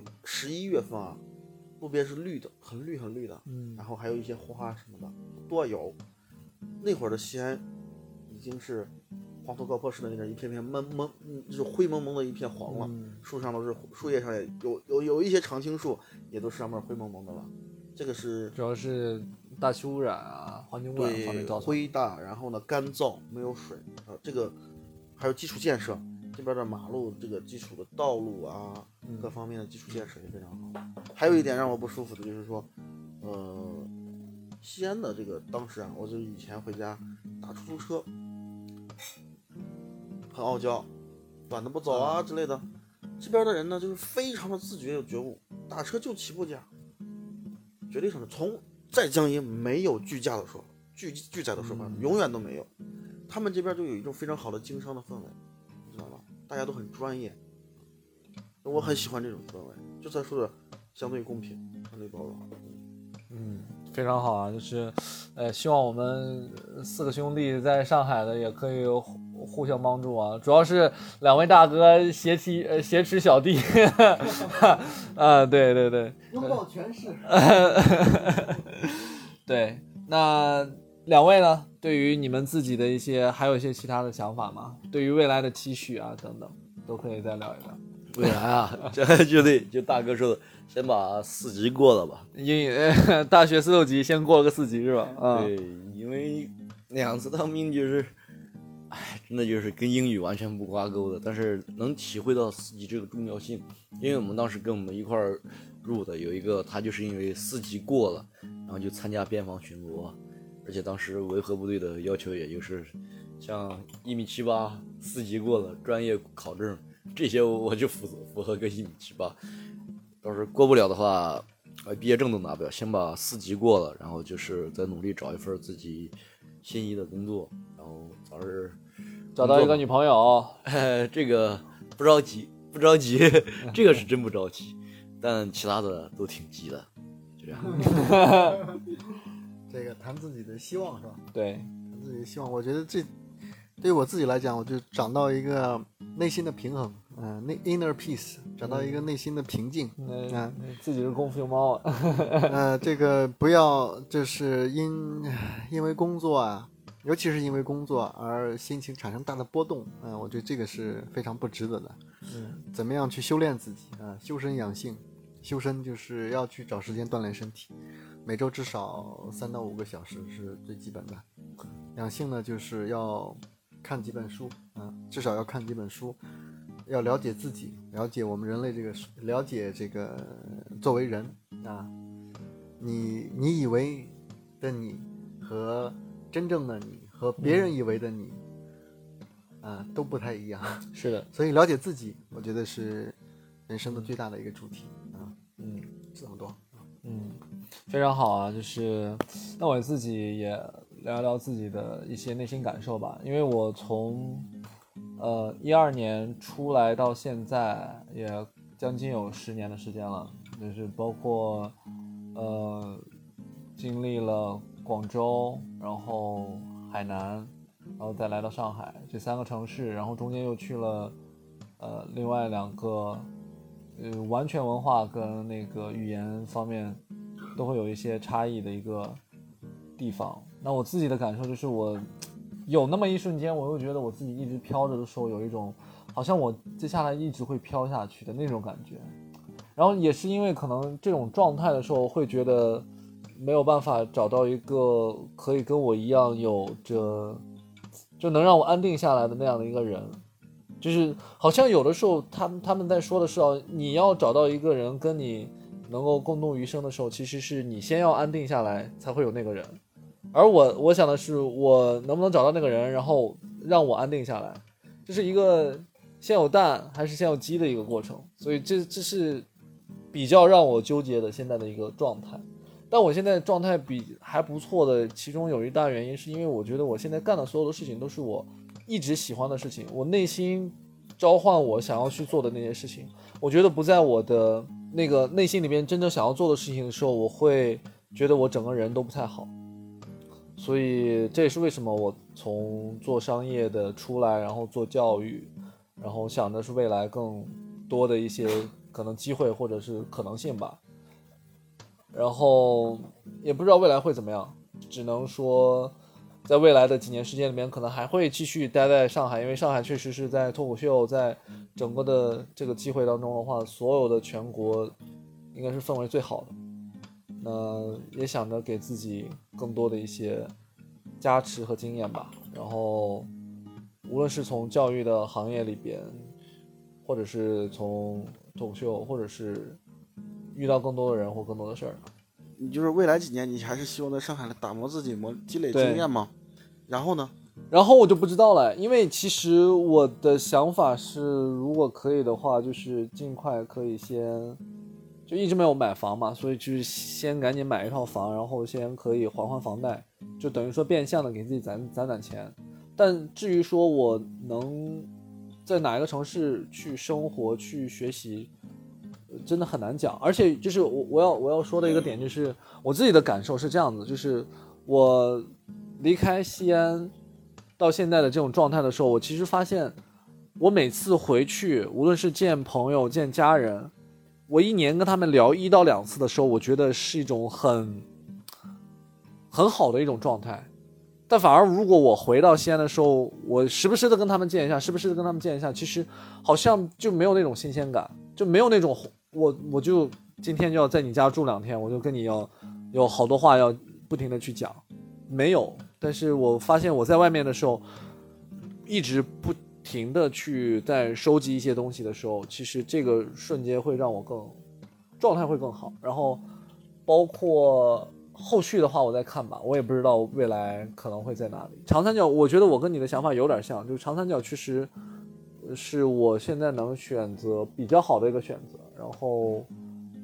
11月份啊。路边是绿的，很绿很绿的，然后还有一些花什么的多有。那会儿的西安已经是黄土高坡似的那种一片片就是灰蒙蒙的一片黄了，树上都是树叶上也有一些常青树也都是上面灰蒙蒙的了。这个是主要是大气污染啊，环境污染方面造成。 灰大，然后呢干燥没有水这个还有基础建设。这边的马路，这个基础的道路啊，各方面的基础建设也非常好。还有一点让我不舒服的就是说，西安的这个当时啊，我就以前回家打出租车，很傲娇，短的不走啊之类的。这边的人呢，就是非常的自觉有觉悟，打车就起步价，绝对上从在江阴没有拒驾的说法，拒载的说法，永远都没有。他们这边就有一种非常好的经商的氛围。知道吧？大家都很专业，我很喜欢这种氛围。就算说的相对公平、相对包容。 非常好啊！就是，希望我们4个兄弟在上海的也可以互相帮助啊。主要是2位大哥挟持小弟，啊，对对对， 拥抱全市。 对，那2位呢？对于你们自己的还有一些其他的想法吗？对于未来的期许啊等等，都可以再聊一聊。 未来啊，这就对，就大哥说的，先把4级过了吧。 大学4、6级先过了个4级是吧？ 对，因为2次当兵就是，真的就是跟英语完全不挂钩的，但是能体会到4级这个重要性。因为我们当时跟我们一块儿入的有一个，他就是因为4级过了，然后就参加边防巡逻。而且当时维和部队的要求也就是像1.78米，4级过了，专业考证这些我就符合个1.78米。要是过不了的话， 毕业证都拿不了，先把4级过了，然后就是再努力找一份自己心仪的工作，然后早日找到一个女朋友。 这个不着急，不着急，这个是真不着急，但其他的都挺急的，就这样。 这个谈自己的希望是吧？ 对， 谈自己的希望，我觉得这对于我自己来讲，我就找到一个内心的平衡，inner peace， 找到一个内心的平静。 自己是功夫熊猫啊。 这个不要就是因为工作啊，尤其是因为工作而心情产生大的波动，我觉得这个是非常不值得的。怎么样去修炼自己啊？修身养性，修身就是要去找时间锻炼身体，每周至少3到5个小时是最基本的。养性呢，就是要看几本书至少要看几本书，要了解自己，了解我们人类了解这个作为人啊，你以为的你和真正的你和别人以为的你都不太一样。 是的， 所以了解自己，我觉得是人生的最大的一个主题这么多。 非常好啊，就是那我自己也聊聊自己的一些内心感受吧，因为我从12年出来到现在也将近有10年的时间了，就是包括经历了广州，然后海南，然后再来到上海这3个城市，然后中间又去了另外2个完全文化跟那个语言方面都会有一些差异的一个地方。那我自己的感受就是，我有那么一瞬间，我又觉得我自己一直飘着的时候，有一种好像我接下来一直会飘下去的那种感觉。然后也是因为可能这种状态的时候，会觉得没有办法找到一个可以跟我一样有着就能让我安定下来的那样的一个人。就是好像有的时候他们在说的是你要找到一个人跟你能够共度余生的时候，其实是你先要安定下来才会有那个人。而我想的是，我能不能找到那个人，然后让我安定下来，这是一个先有蛋还是先有鸡的一个过程。所以这是比较让我纠结的现在的一个状态。但我现在状态还不错的，其中有一大原因是因为我觉得我现在干的所有的事情都是我一直喜欢的事情，我内心召唤我想要去做的那些事情。我觉得不在我的那个内心里面真正想要做的事情的时候，我会觉得我整个人都不太好。所以这也是为什么我从做商业的出来，然后做教育，然后想的是未来更多的一些可能机会或者是可能性吧。然后也不知道未来会怎么样，只能说在未来的几年时间里面可能还会继续待在上海，因为上海确实是在脱口秀在整个的这个机会当中的话，所有的全国应该是氛围最好的。那也想着给自己更多的一些加持和经验吧，然后无论是从教育的行业里边，或者是从脱口秀，或者是遇到更多的人或更多的事儿。 你就是未来几年你还是希望在上海来打磨自己，积累经验吗？然后呢？ 然后我就不知道了，因为其实我的想法是，如果可以的话，就是尽快可以先就一直没有买房嘛，所以就是先赶紧买一套房，然后先可以还房贷，就等于说变相的给自己攒钱。但至于说我能在哪一个城市去生活去学习，真的很难讲。而且就是我要说的一个点就是我自己的感受是这样子，就是我离开西安到现在的这种状态的时候，我其实发现我每次回去，无论是见朋友见家人，我一年跟他们聊1到2次的时候，我觉得是一种很好的一种状态。但反而如果我回到西安的时候，我时不时的跟他们见一下，其实好像就没有那种新鲜感，就没有那种我就今天就要在你家住2天，我就跟你要有好多话要不停的去讲，没有。但是我发现我在外面的时候，一直不停的去在收集一些东西的时候，其实这个瞬间会让我状态会更好。然后包括后续的话我再看吧，我也不知道未来可能会在哪里。长三角我觉得我跟你的想法有点像，就是长三角确实是我现在能选择比较好的一个选择。然后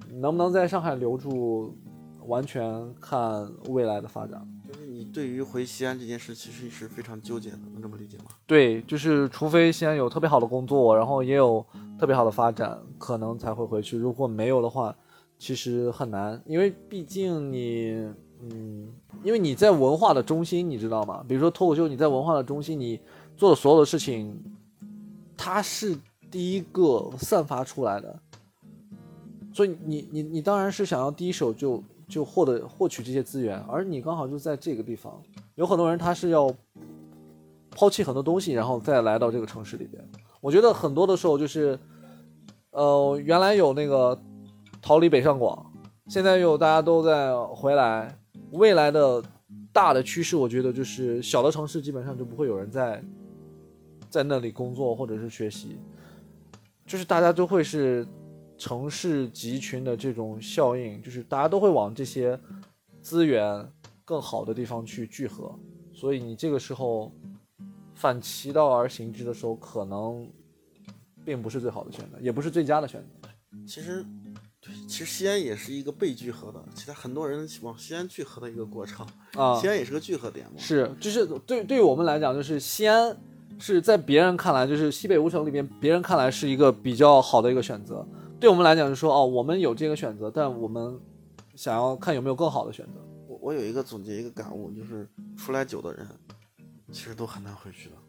能不能在上海留住，完全看未来的发展。 就是你对于回西安这件事其实是非常纠结的，能这么理解吗？ 对，就是除非西安有特别好的工作，然后也有特别好的发展，可能才会回去。如果没有的话，其实很难，因为毕竟你，因为你在文化的中心，你知道吗？比如说脱口秀，你在文化的中心，你做的所有的事情，它是第一个散发出来的，所以你当然是想要第一手就获取这些资源，而你刚好就在这个地方，有很多人他是要抛弃很多东西，然后再来到这个城市里边。我觉得很多的时候就是，原来有那个逃离北上广，现在大家都在回来，未来的大的趋势，我觉得就是小的城市基本上就不会有人在那里工作或者是学习，就是大家都会是城市集群的这种效应，就是大家都会往这些资源更好的地方去聚合，所以你这个时候反其道而行之的时候，可能并不是最好的选择，也不是最佳的选择。 其实西安也是一个被聚合的，其他很多人往西安聚合的一个过程啊。西安也是个聚合点嘛。 是，就是对于我们来讲，就是西安是在别人看来，就是西北五省里边，别人看来是一个比较好的一个选择。对我们来讲，就是说我们有这个选择，但我们想要看有没有更好的选择。 我有一个总结，一个感悟，就是出来久的人，其实都很难回去的，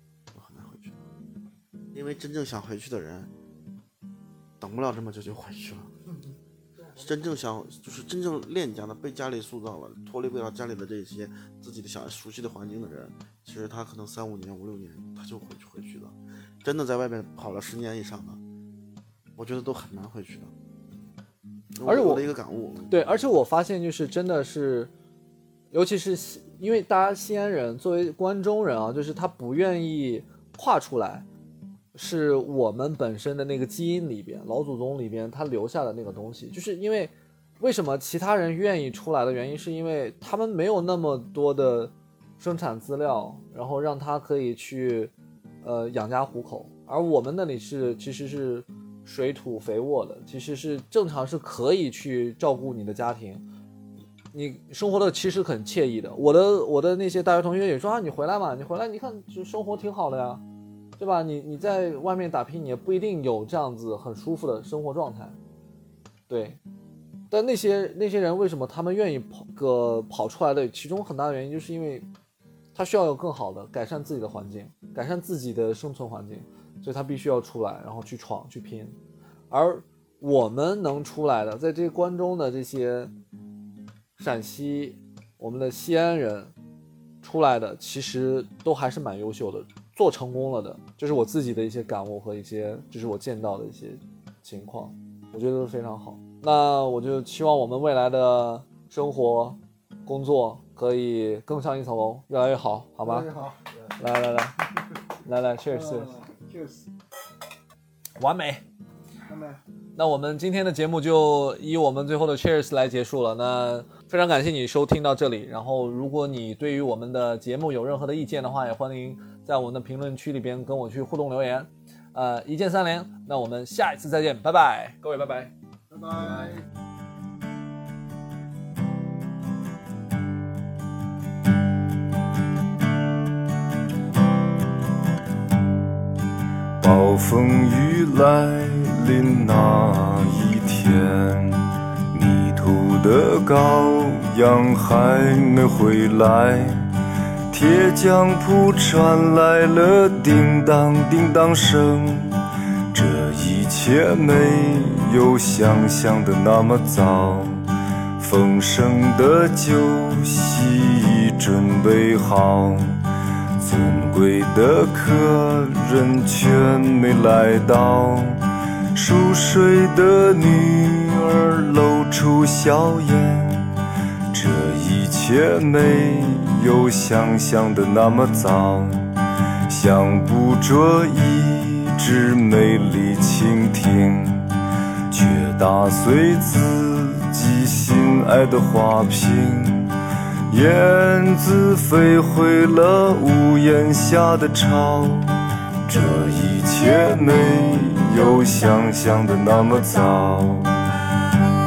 因为真正想回去的人，等不了这么久就回去了。真正恋家的，被家里塑造了，脱离不了家里的这些自己的想熟悉的环境的人，其实他可能3、5年、5、6年他就回去了。真的在外面跑了10年以上的，我觉得都很难回去的。而且我的一个感悟， 对，而且我发现就是真的是，尤其是因为大家西安人作为关中人啊，就是他不愿意跨出来，是我们本身的那个基因里边，老祖宗里边他留下的那个东西。就是因为为什么其他人愿意出来的原因，是因为他们没有那么多的生产资料，然后让他可以去养家糊口，而我们那里其实是水土肥沃的，其实是正常是可以去照顾你的家庭，你生活的其实很惬意的。我的那些大学同学也说你回来嘛，你回来你看就生活挺好的呀，对吧？你在外面打拼，你也不一定有这样子很舒服的生活状态，对。但那些人为什么他们愿意跑出来的？其中很大的原因就是因为他需要有更好的改善自己的环境，改善自己的生存环境，所以他必须要出来，然后去闯去拼。而我们能出来的，在这关中的这些陕西，我们的西安人出来的，其实都还是蛮优秀的，做成功了的。这是我自己的一些感悟和一些，就是我见到的一些情况，我觉得都非常好。那我就期望我们未来的生活、工作可以更上一层楼，越来越好，好吗？ 越来越好。 来 ，cheers， 完美。那我们今天的节目就以我们最后的 cheers 来结束了。那非常感谢你收听到这里，然后如果你对于我们的节目有任何的意见的话，也欢迎在我们的评论区里边跟我去互动留言。一键3连，那我们下一次再见，拜拜，各位拜拜， 拜拜。 暴风雨来临那一天，迷途的羔羊还没回来，铁匠铺传来了叮当叮当声，这一切没有想象的那么早，丰盛的酒席已准备好，尊贵的客人却没来到，熟睡的女儿露出笑颜，这一切没有想象的那么早，想捕捉一只美丽蜻蜓，却打碎自己心爱的花瓶，燕子飞回了屋檐下的巢，这一切没有想象的那么早。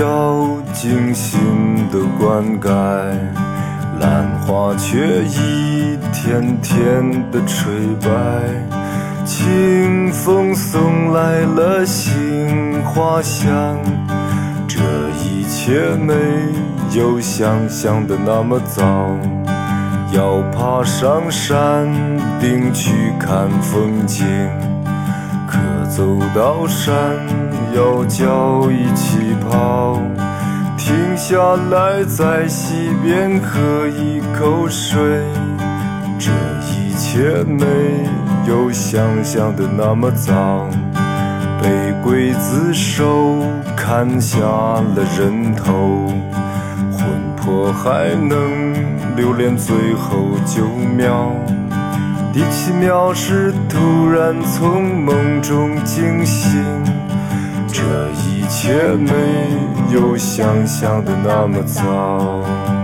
要精心的灌溉，兰花却一天天的垂败。清风送来了杏花香，这一切没有想象的那么糟。要爬上山顶去看风景，可走到山要脚一起跑。停下来在溪边喝一口水，这一切没有想象的那么糟。被刽子手砍下了人头，魂魄还能留恋最后9秒。第7秒是突然从梦中惊醒，这一切没有想象的那么糟。